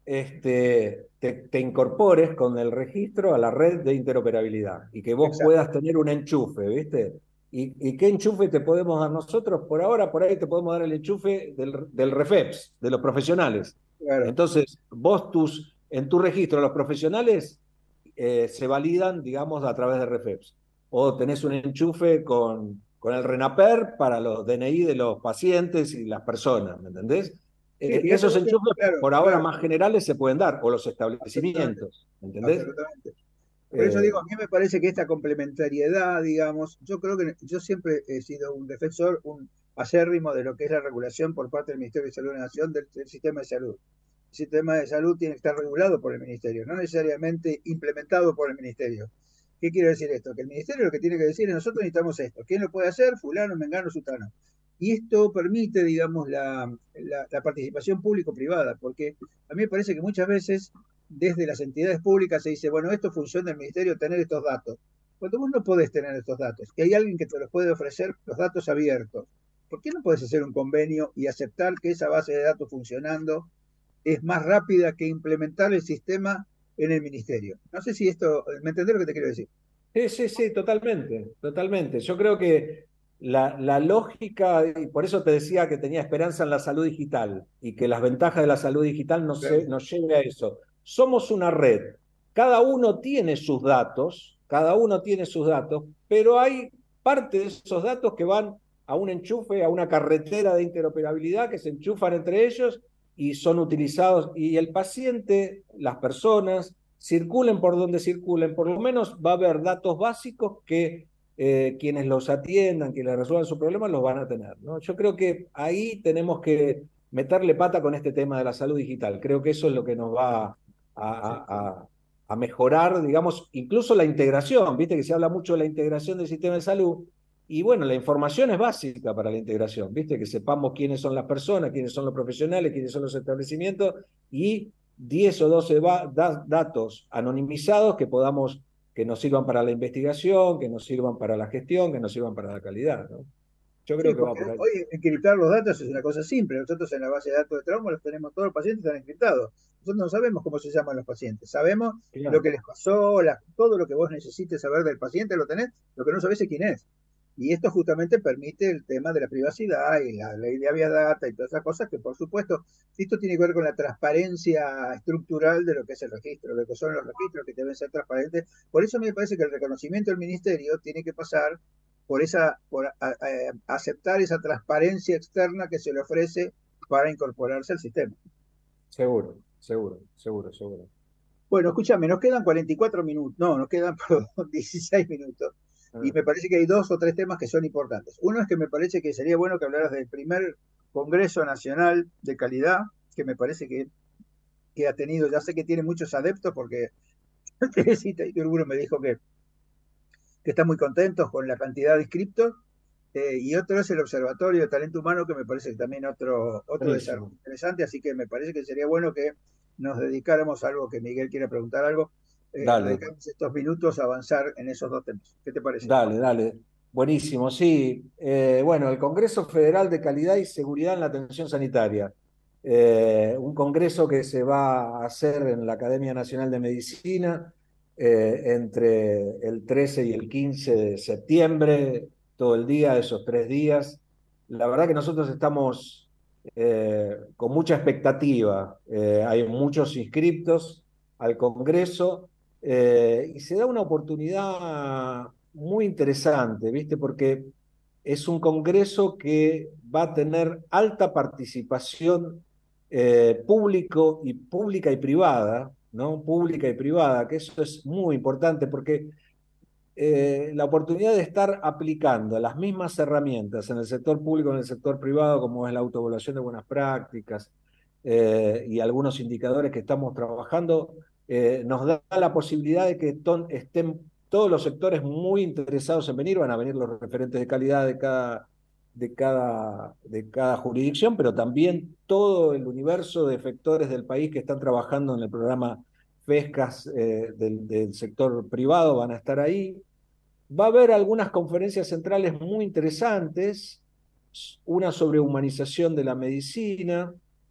te incorpores con el registro a la red de interoperabilidad y que vos Exacto. puedas tener un enchufe, ¿viste? ¿Y qué enchufe te podemos dar nosotros? Por ahora, por ahí te podemos dar el enchufe del REFEPS, de los profesionales. Claro. Entonces, vos en tu registro, los profesionales se validan, digamos, a través de REFEPS. O tenés un enchufe con el RENAPER para los DNI de los pacientes y las personas, ¿me entendés? Sí, fíjate Esos vos que, enchufes claro, por ahora claro, más generales se pueden dar, o los absolutamente, establecimientos, ¿entendés? absolutamente. Por eso Eh, digo, a mí me parece que esta complementariedad, digamos, yo creo que yo siempre he sido un defensor, un acérrimo de lo que es la regulación por parte del Ministerio de Salud de la Nación del sistema de salud. El sistema de salud tiene que estar regulado por el Ministerio, no necesariamente implementado por el Ministerio. ¿Qué quiere decir esto? Que el ministerio lo que tiene que decir es nosotros necesitamos esto. ¿Quién lo puede hacer? Fulano, Mengano, Sutano. Y esto permite, digamos, la participación público-privada, porque a mí me parece que muchas veces desde las entidades públicas se dice, bueno, esto funciona del ministerio tener estos datos. Cuando vos no podés tener estos datos, y hay alguien que te los puede ofrecer los datos abiertos, ¿por qué no podés hacer un convenio y aceptar que esa base de datos funcionando es más rápida que implementar el sistema en el ministerio? No sé si esto, ¿me entendés lo que te quiero decir? Sí, sí, sí, totalmente, totalmente. Yo creo que la lógica, y por eso te decía que tenía esperanza en la salud digital y que las ventajas de la salud digital nos lleve a eso. Somos una red, cada uno tiene sus datos, pero hay parte de esos datos que van a un enchufe, a una carretera de interoperabilidad que se enchufan entre ellos y son utilizados, y el paciente, las personas, circulen por donde circulen, por lo menos va a haber datos básicos que quienes los atiendan, quienes resuelvan su problema, los van a tener, ¿no? Yo creo que ahí tenemos que meterle pata con este tema de la salud digital. Creo que eso es lo que nos va a mejorar, digamos, incluso la integración. Viste que se habla mucho de la integración del sistema de salud. Y bueno, la información es básica para la integración, ¿viste? Que sepamos quiénes son las personas, quiénes son los profesionales, quiénes son los establecimientos y 10 o 12 datos anonimizados que nos sirvan para la investigación, que nos sirvan para la gestión, que nos sirvan para la calidad, ¿no? Yo Sí, creo que va porque por ahí. hoy encriptar los datos es una cosa simple. Nosotros en la base de datos de trauma los tenemos, todos los pacientes están encriptados. Nosotros no sabemos cómo se llaman los pacientes. Sabemos lo Claro. que les pasó, todo lo que vos necesites saber del paciente lo tenés, lo que no sabés es quién es. Y esto justamente permite el tema de la privacidad y la ley de habeas data y todas esas cosas que, por supuesto, esto tiene que ver con la transparencia estructural de lo que es el registro, de lo que son los registros que deben ser transparentes. Por eso me parece que el reconocimiento del ministerio tiene que pasar por aceptar esa transparencia externa que se le ofrece para incorporarse al sistema. Seguro, seguro, seguro, seguro. Bueno, escúchame, nos quedan 44 minutos, no, nos quedan perdón, 16 minutos. Y me parece que hay dos o tres temas que son importantes. Uno es que me parece que sería bueno que hablaras del primer Congreso Nacional de Calidad, que me parece que ha tenido, ya sé que tiene muchos adeptos, porque Teresita Iturburu me dijo que están muy contentos con la cantidad de inscriptos. Y otro es el Observatorio de Talento Humano, que me parece que también otro desarrollo Buenísimo. interesante, así que me parece que sería bueno que nos dedicáramos a algo, que Miguel quiera preguntar algo, Dale, dedicamos estos minutos a avanzar en esos dos temas. ¿Qué te parece? dale, dale. Buenísimo, sí. Bueno, el Congreso Federal de Calidad y Seguridad en la Atención Sanitaria. Un congreso que se va a hacer en la Academia Nacional de Medicina entre el 13 y el 15 de septiembre, todo el día, esos 3 días. La verdad que nosotros estamos con mucha expectativa. Hay muchos inscriptos al Congreso. Y se da una oportunidad muy interesante, ¿viste? Porque es un congreso que va a tener alta participación pública y privada, ¿no? Pública y privada, que eso es muy importante porque la oportunidad de estar aplicando las mismas herramientas en el sector público y en el sector privado, como es la autoevaluación de buenas prácticas y algunos indicadores que estamos trabajando, nos da la posibilidad de que estén todos los sectores muy interesados en venir. Van a venir los referentes de calidad de cada jurisdicción, pero también todo el universo de efectores del país que están trabajando en el programa FESCAS del sector privado van a estar ahí. Va a haber algunas conferencias centrales muy interesantes, una sobre humanización de la medicina,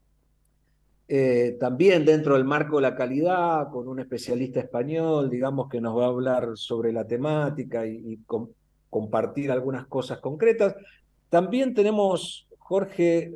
también dentro del marco de la calidad, con un especialista español, digamos, que nos va a hablar sobre la temática y compartir algunas cosas concretas. También tenemos, Jorge,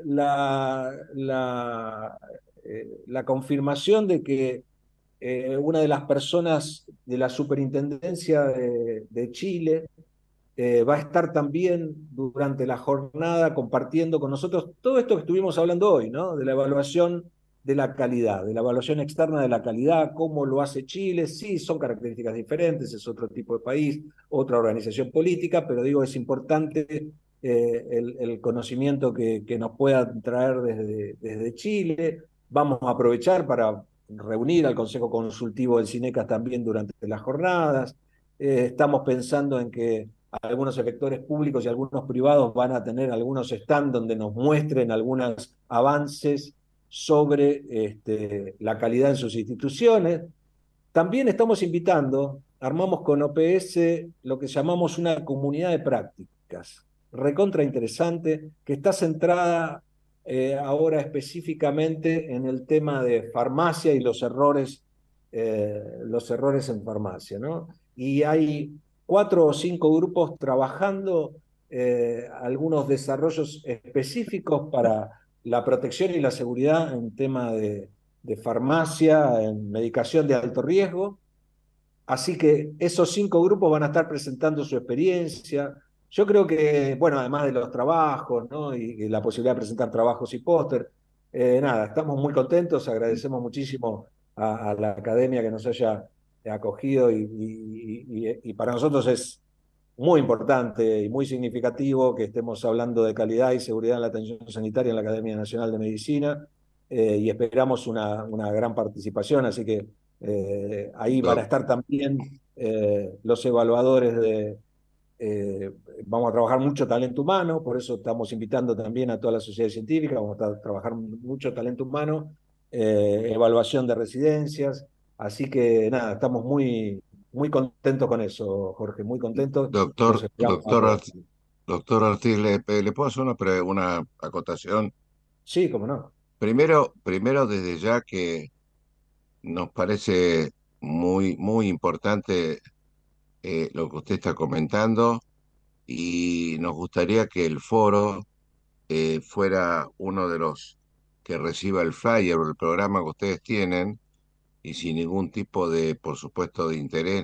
la confirmación de que una de las personas de la Superintendencia de Chile va a estar también durante la jornada compartiendo con nosotros todo esto que estuvimos hablando hoy, ¿no? De la evaluación de la calidad, de la evaluación externa de la calidad, cómo lo hace Chile. Sí, son características diferentes, es otro tipo de país, otra organización política, pero digo, es importante el conocimiento que nos puedan traer desde Chile. Vamos a aprovechar para reunir al Consejo Consultivo del Cinecas también durante las jornadas. Estamos pensando en que algunos efectores públicos y algunos privados van a tener algunos stands donde nos muestren algunos avances sobre la calidad en sus instituciones. También estamos invitando, armamos con OPS lo que llamamos una comunidad de prácticas, recontra interesante, que está centrada ahora específicamente en el tema de farmacia y los errores en farmacia, ¿no? Y hay 4 o 5 grupos trabajando algunos desarrollos específicos para la protección y la seguridad en tema de farmacia, en medicación de alto riesgo. Así que esos 5 grupos van a estar presentando su experiencia. Yo creo que, bueno, además de los trabajos, ¿no? Y la posibilidad de presentar trabajos y póster, nada, estamos muy contentos, agradecemos muchísimo a la academia que nos haya acogido y para nosotros es muy importante y muy significativo que estemos hablando de calidad y seguridad en la atención sanitaria en la Academia Nacional de Medicina, y esperamos una gran participación, así que ahí van a Doc- estar también los evaluadores eh, vamos a trabajar mucho talento humano, por eso estamos invitando también a toda la sociedad científica, vamos a trabajar mucho talento humano, evaluación de residencias, así que nada, estamos muy contentos con eso, Jorge, muy contentos, los doctor, esperamos a todos. doctor Ortiz, ¿le puedo hacer una acotación? Sí, cómo no. Primero, desde ya que nos parece muy importante lo que usted está comentando y nos gustaría que el foro fuera uno de los que reciba el flyer o el programa que ustedes tienen y sin ningún tipo de, por supuesto, de interés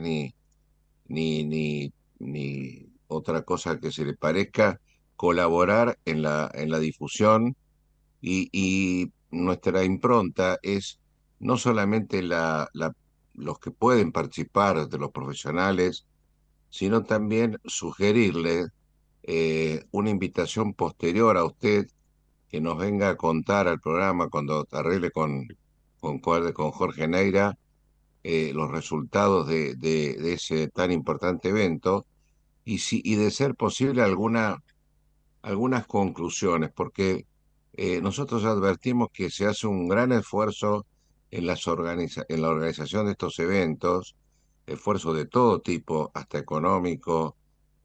ni otra cosa que se le parezca, colaborar en la difusión y nuestra impronta es no solamente los que pueden participar de los profesionales, sino también sugerirle una invitación posterior a usted que nos venga a contar al programa cuando arregle con Jorge Neira los resultados de ese tan importante evento y de ser posible algunas conclusiones, porque nosotros advertimos que se hace un gran esfuerzo en la organización de estos eventos, esfuerzo de todo tipo, hasta económico,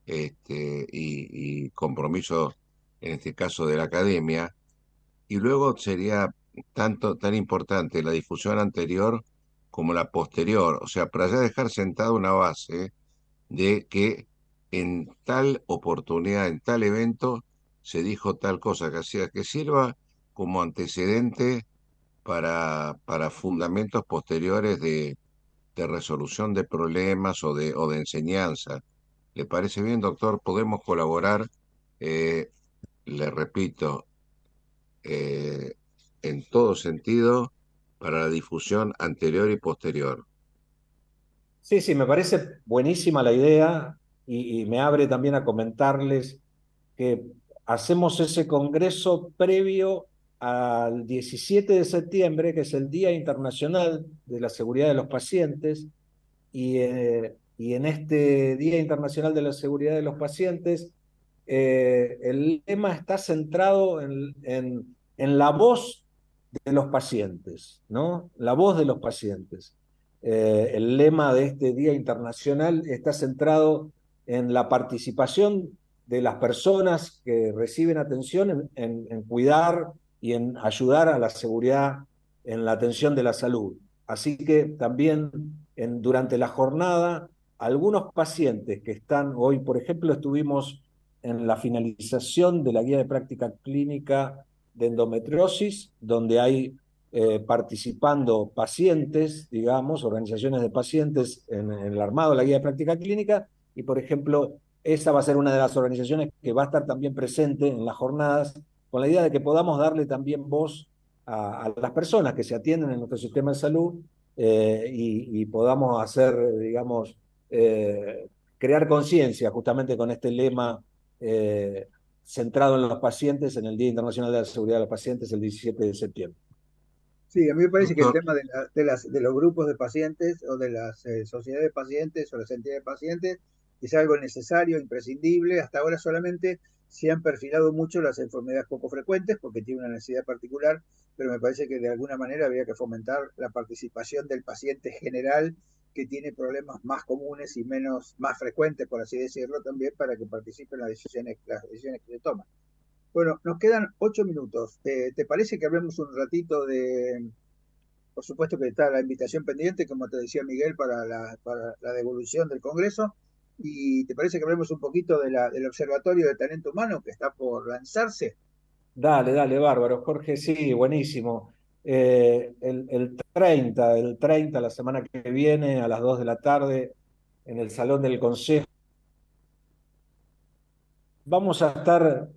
y compromiso, en este caso de la academia, y luego sería tan importante la difusión anterior como la posterior, o sea, para ya dejar sentada una base de que en tal oportunidad, en tal evento, se dijo tal cosa que hacía que sirva como antecedente para fundamentos posteriores de resolución de problemas o de enseñanza. ¿Le parece bien, doctor? Podemos colaborar, eh, le repito, eh, en todo sentido para la difusión anterior y posterior. Sí, sí, me parece buenísima la idea y me abre también a comentarles que hacemos ese congreso previo al 17 de septiembre, que es el Día Internacional de la Seguridad de los Pacientes, y en este Día Internacional de la Seguridad de los Pacientes, el lema está centrado en la voz de los pacientes, ¿no? La voz de los pacientes. El lema de este Día Internacional está centrado en la participación de las personas que reciben atención en cuidar y en ayudar a la seguridad en la atención de la salud. Así que también durante la jornada, algunos pacientes que están hoy, por ejemplo, estuvimos en la finalización de la guía de práctica clínica de endometriosis, donde hay participando pacientes, digamos, organizaciones de pacientes en el armado de la guía de práctica clínica, y por ejemplo, esa va a ser una de las organizaciones que va a estar también presente en las jornadas, con la idea de que podamos darle también voz a las personas que se atienden en nuestro sistema de salud, y podamos hacer, digamos, crear conciencia justamente con este lema centrado en los pacientes en el Día Internacional de la Seguridad de los Pacientes el 17 de septiembre. Sí, a mí me parece que el Doctor, tema de los grupos de pacientes o de las sociedades de pacientes o las entidades de pacientes es algo necesario, imprescindible. Hasta ahora solamente se han perfilado mucho las enfermedades poco frecuentes porque tiene una necesidad particular, pero me parece que de alguna manera habría que fomentar la participación del paciente general que tiene problemas más comunes y más frecuentes, por así decirlo, también para que participe en las decisiones que se toman. Bueno, nos quedan 8 minutos. ¿Te parece que hablemos un ratito por supuesto que está la invitación pendiente, como te decía Miguel, para la devolución del Congreso? ¿Y te parece que hablemos un poquito del Observatorio de Talento Humano que está por lanzarse? Dale, dale, bárbaro, Jorge, sí, buenísimo. El 30, la semana que viene, a las 2 de la tarde, en el Salón del Consejo, vamos a estar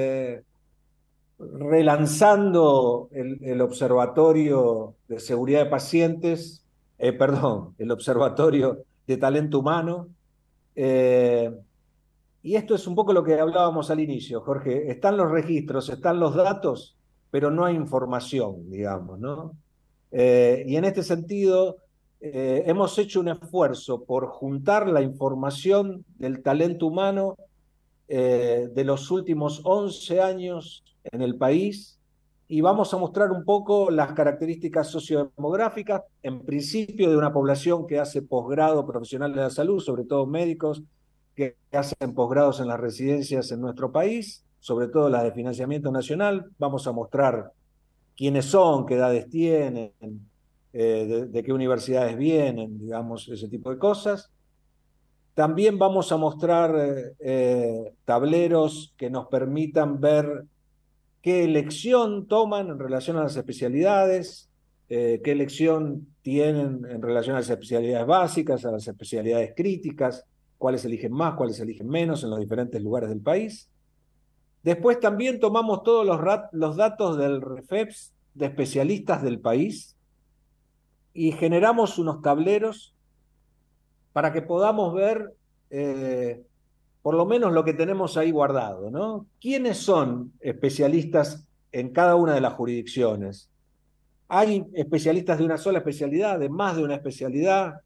relanzando el Observatorio de Seguridad de Pacientes, perdón, el Observatorio de Talento Humano. eh, Y esto es un poco lo que hablábamos al inicio, Jorge. Están los registros, están los datos, pero no hay información, digamos, ¿no? Y en este sentido, hemos hecho un esfuerzo por juntar la información del talento humano de los últimos 11 años en el país y vamos a mostrar un poco las características sociodemográficas, en principio de una población que hace posgrado profesional de la salud, sobre todo médicos que hacen posgrados en las residencias en nuestro país, sobre todo las de financiamiento nacional. Vamos a mostrar quiénes son, qué edades tienen, de qué universidades vienen, digamos, ese tipo de cosas. También vamos a mostrar tableros que nos permitan ver qué elección toman en relación a las especialidades, qué elección tienen en relación a las especialidades básicas, a las especialidades críticas, cuáles eligen más, cuáles eligen menos en los diferentes lugares del país. Después también tomamos todos los datos del REFEPS de especialistas del país y generamos unos tableros para que podamos ver por lo menos lo que tenemos ahí guardado, ¿no? ¿Quiénes son especialistas en cada una de las jurisdicciones? ¿Hay especialistas de una sola especialidad, de más de una especialidad?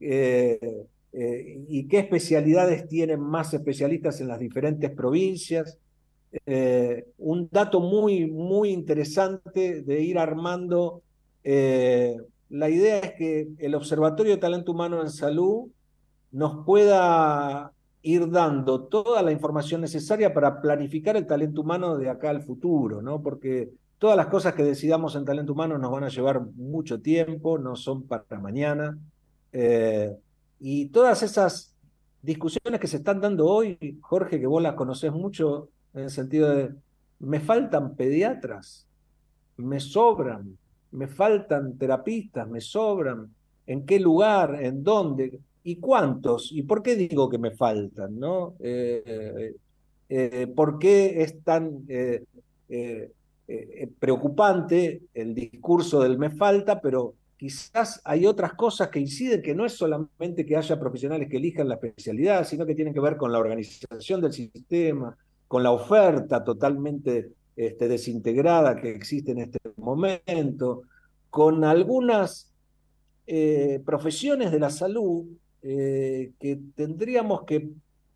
¿Y qué especialidades tienen más especialistas en las diferentes provincias? Un dato muy, muy interesante de ir armando. La idea es que el Observatorio de Talento Humano en Salud nos pueda ir dando toda la información necesaria para planificar el talento humano de acá al futuro, ¿no? Porque todas las cosas que decidamos en talento humano nos van a llevar mucho tiempo, no son para mañana. Eh, y todas esas discusiones que se están dando hoy, Jorge, que vos las conocés mucho, en el sentido de, me faltan pediatras, me sobran, me faltan terapistas, me sobran, en qué lugar, en dónde, y cuántos, y por qué digo que me faltan, ¿no? ¿Por qué es tan preocupante el discurso del me falta, pero quizás hay otras cosas que inciden, que no es solamente que haya profesionales que elijan la especialidad, sino que tienen que ver con la organización del sistema, con la oferta totalmente desintegrada que existe en este momento, con algunas profesiones de la salud que tendríamos que,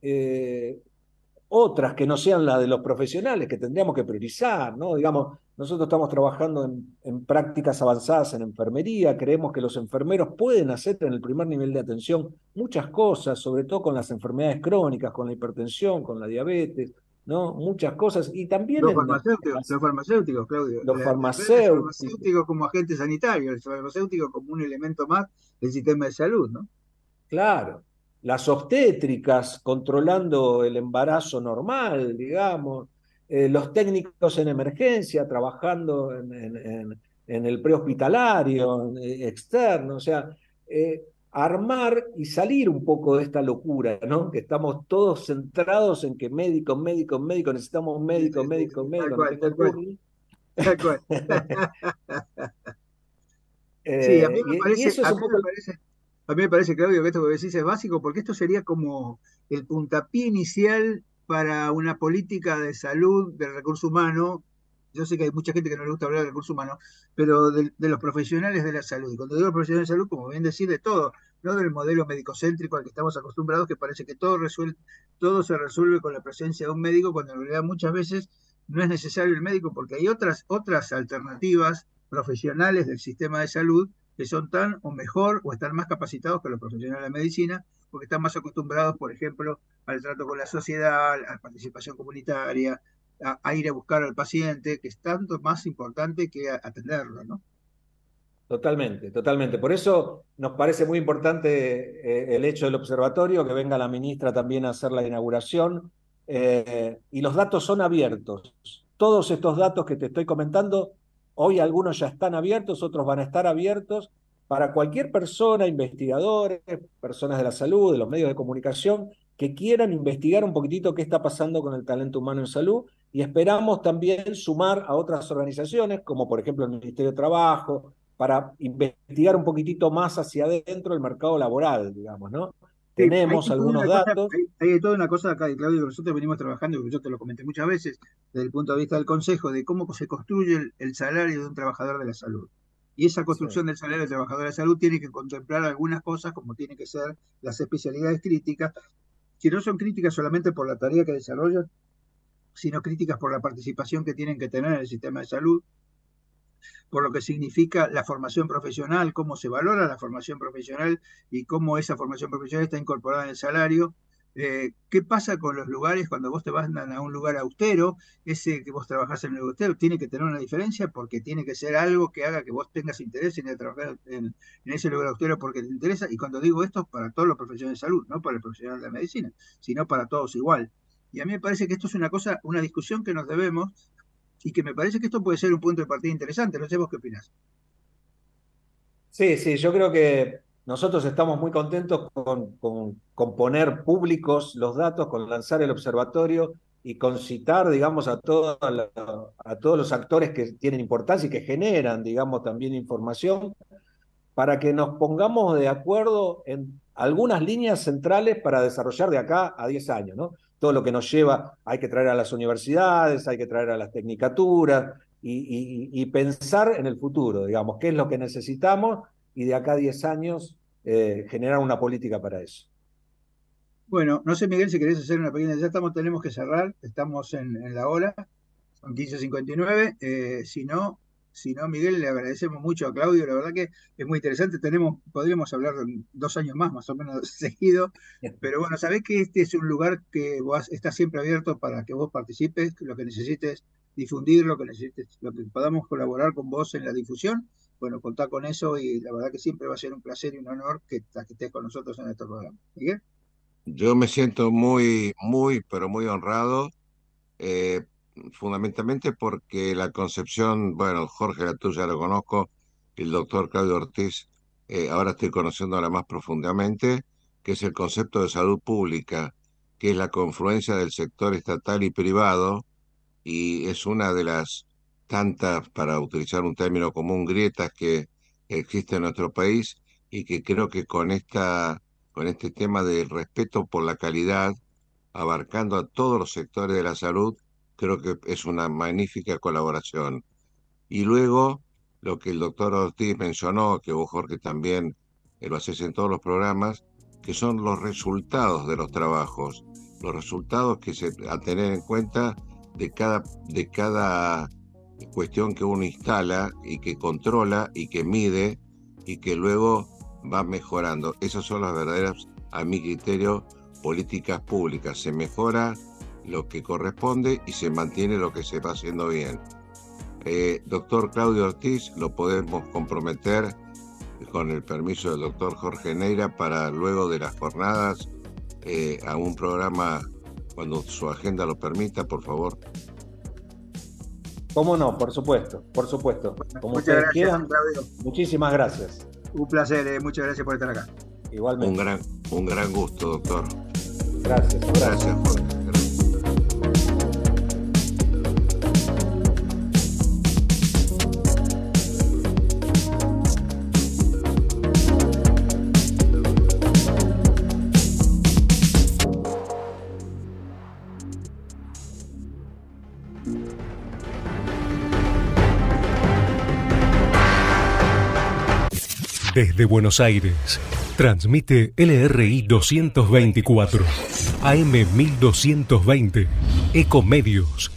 otras que no sean las de los profesionales, que tendríamos que priorizar, ¿no? Digamos, nosotros estamos trabajando en prácticas avanzadas en enfermería, creemos que los enfermeros pueden hacer en el primer nivel de atención muchas cosas, sobre todo con las enfermedades crónicas, con la hipertensión, con la diabetes, ¿no? Muchas cosas, y también Los farmacéuticos, Claudio. los Ver al farmacéuticos, farmacéutico como agente sanitario, el farmacéutico como un elemento más del sistema de salud, ¿no? claro, las obstétricas controlando el embarazo normal, digamos, los técnicos en emergencia trabajando en el prehospitalario, externo, o sea, armar y salir un poco de esta locura, ¿no? Que estamos todos centrados en que médico, médico, médico, necesitamos Sí, médico, sí, sí, médico, sí, tal médico, no cual, tengo tal cual, turno. tal cual. Sí, Y eso es un poco... a mí me parece, Claudio, que esto que decís es básico, porque esto sería como el puntapié inicial para una política de salud del recurso humano yo sé que hay mucha gente que no le gusta hablar de recursos humanos, pero de los profesionales de la salud. Y cuando digo profesionales de salud, como bien decir, de todo, no del modelo médico-céntrico al que estamos acostumbrados, que parece que todo se resuelve con la presencia de un médico, cuando en realidad muchas veces no es necesario el médico, porque hay otras alternativas profesionales del sistema de salud que son tan o mejor o están más capacitados que los profesionales de medicina, porque están más acostumbrados, por ejemplo, al trato con la sociedad, a la participación comunitaria, a ir a buscar al paciente, que es tanto más importante que atenderlo, ¿no? Totalmente, totalmente. Por eso nos parece muy importante el hecho del observatorio, que venga la ministra también a hacer la inauguración. Y los datos son abiertos. Todos estos datos que te estoy comentando, hoy algunos ya están abiertos, otros van a estar abiertos para cualquier persona, investigadores, personas de la salud, de los medios de comunicación, que quieran investigar un poquitito qué está pasando con el talento humano en salud. Y esperamos también sumar a otras organizaciones, como por ejemplo el Ministerio de Trabajo, para investigar un poquitito más hacia adentro el mercado laboral, digamos, ¿no? Sí, Tenemos algunos datos. hay toda una cosa acá, Claudio, que nosotros venimos trabajando, que yo te lo comenté muchas veces, desde el punto de vista del Consejo, de cómo se construye el salario de un trabajador de la salud. Y esa construcción Sí. del salario del trabajador de la salud tiene que contemplar algunas cosas, como tiene que ser las especialidades críticas, que no son críticas solamente por la tarea que desarrollan, sino críticas por la participación que tienen que tener en el sistema de salud, por lo que significa la formación profesional, cómo se valora la formación profesional y cómo esa formación profesional está incorporada en el salario. ¿Qué pasa con los lugares cuando vos te vas a un lugar austero? Ese que vos trabajás en el austero tiene que tener una diferencia, porque tiene que ser algo que haga que vos tengas interés en trabajar en ese lugar austero porque te interesa. Y cuando digo esto, para todos los profesionales de salud, no para el profesional de la medicina, sino para todos igual. Y a mí me parece que esto es una discusión que nos debemos, y que me parece que esto puede ser un punto de partida interesante. No sé vos qué opinás. Sí, sí, yo creo que nosotros estamos muy contentos con poner públicos los datos, con lanzar el observatorio y con citar, digamos, a todos los actores que tienen importancia y que generan, digamos, también información, para que nos pongamos de acuerdo en algunas líneas centrales para desarrollar de acá a 10 años, ¿no? Todo lo que nos lleva, hay que traer a las universidades, hay que traer a las tecnicaturas y pensar en el futuro, digamos, qué es lo que necesitamos y de acá a 10 años generar una política para eso. Bueno, no sé, Miguel, si querés hacer una pequeña. Ya tenemos que cerrar, estamos en la hora, son 15:59. Si no, Miguel, le agradecemos mucho a Claudio, la verdad que es muy interesante. Podríamos hablar 2 años más o menos seguido, pero bueno, sabés que este es un lugar que vos está siempre abierto para que vos participes, lo que necesites difundir, lo que necesites, lo que podamos colaborar con vos en la difusión. Bueno, contá con eso, y la verdad que siempre va a ser un placer y un honor que estés con nosotros en este programa. Miguel. Yo me siento muy, muy, pero muy honrado, eh, fundamentalmente porque la concepción, bueno, Jorge, la tuya lo conozco, el doctor Claudio Ortiz, ahora estoy conociéndola más profundamente, que es el concepto de salud pública, que es la confluencia del sector estatal y privado, y es una de las tantas, para utilizar un término común, grietas que existe en nuestro país, y que creo que con este tema del respeto por la calidad, abarcando a todos los sectores de la salud, creo que es una magnífica colaboración. Y luego, lo que el doctor Ortiz mencionó, que vos, Jorge, también lo haces en todos los programas, que son los resultados de los trabajos, los resultados a tener en cuenta de cada cuestión que uno instala y que controla y que mide y que luego va mejorando. Esas son las verdaderas, a mi criterio, políticas públicas. Se mejora lo que corresponde y se mantiene lo que se va haciendo bien. Doctor Claudio Ortiz, lo podemos comprometer con el permiso del doctor Jorge Neira para luego de las jornadas a un programa cuando su agenda lo permita, por favor. ¿Cómo no? Por supuesto, por supuesto. Como Muchas ustedes gracias, quieran. Claudio. Muchísimas gracias. Un placer, muchas gracias por estar acá. Igualmente. Un gran gusto, doctor. Gracias. Gracias, Jorge. Desde Buenos Aires, transmite LRI 224, AM 1220, Ecomedios,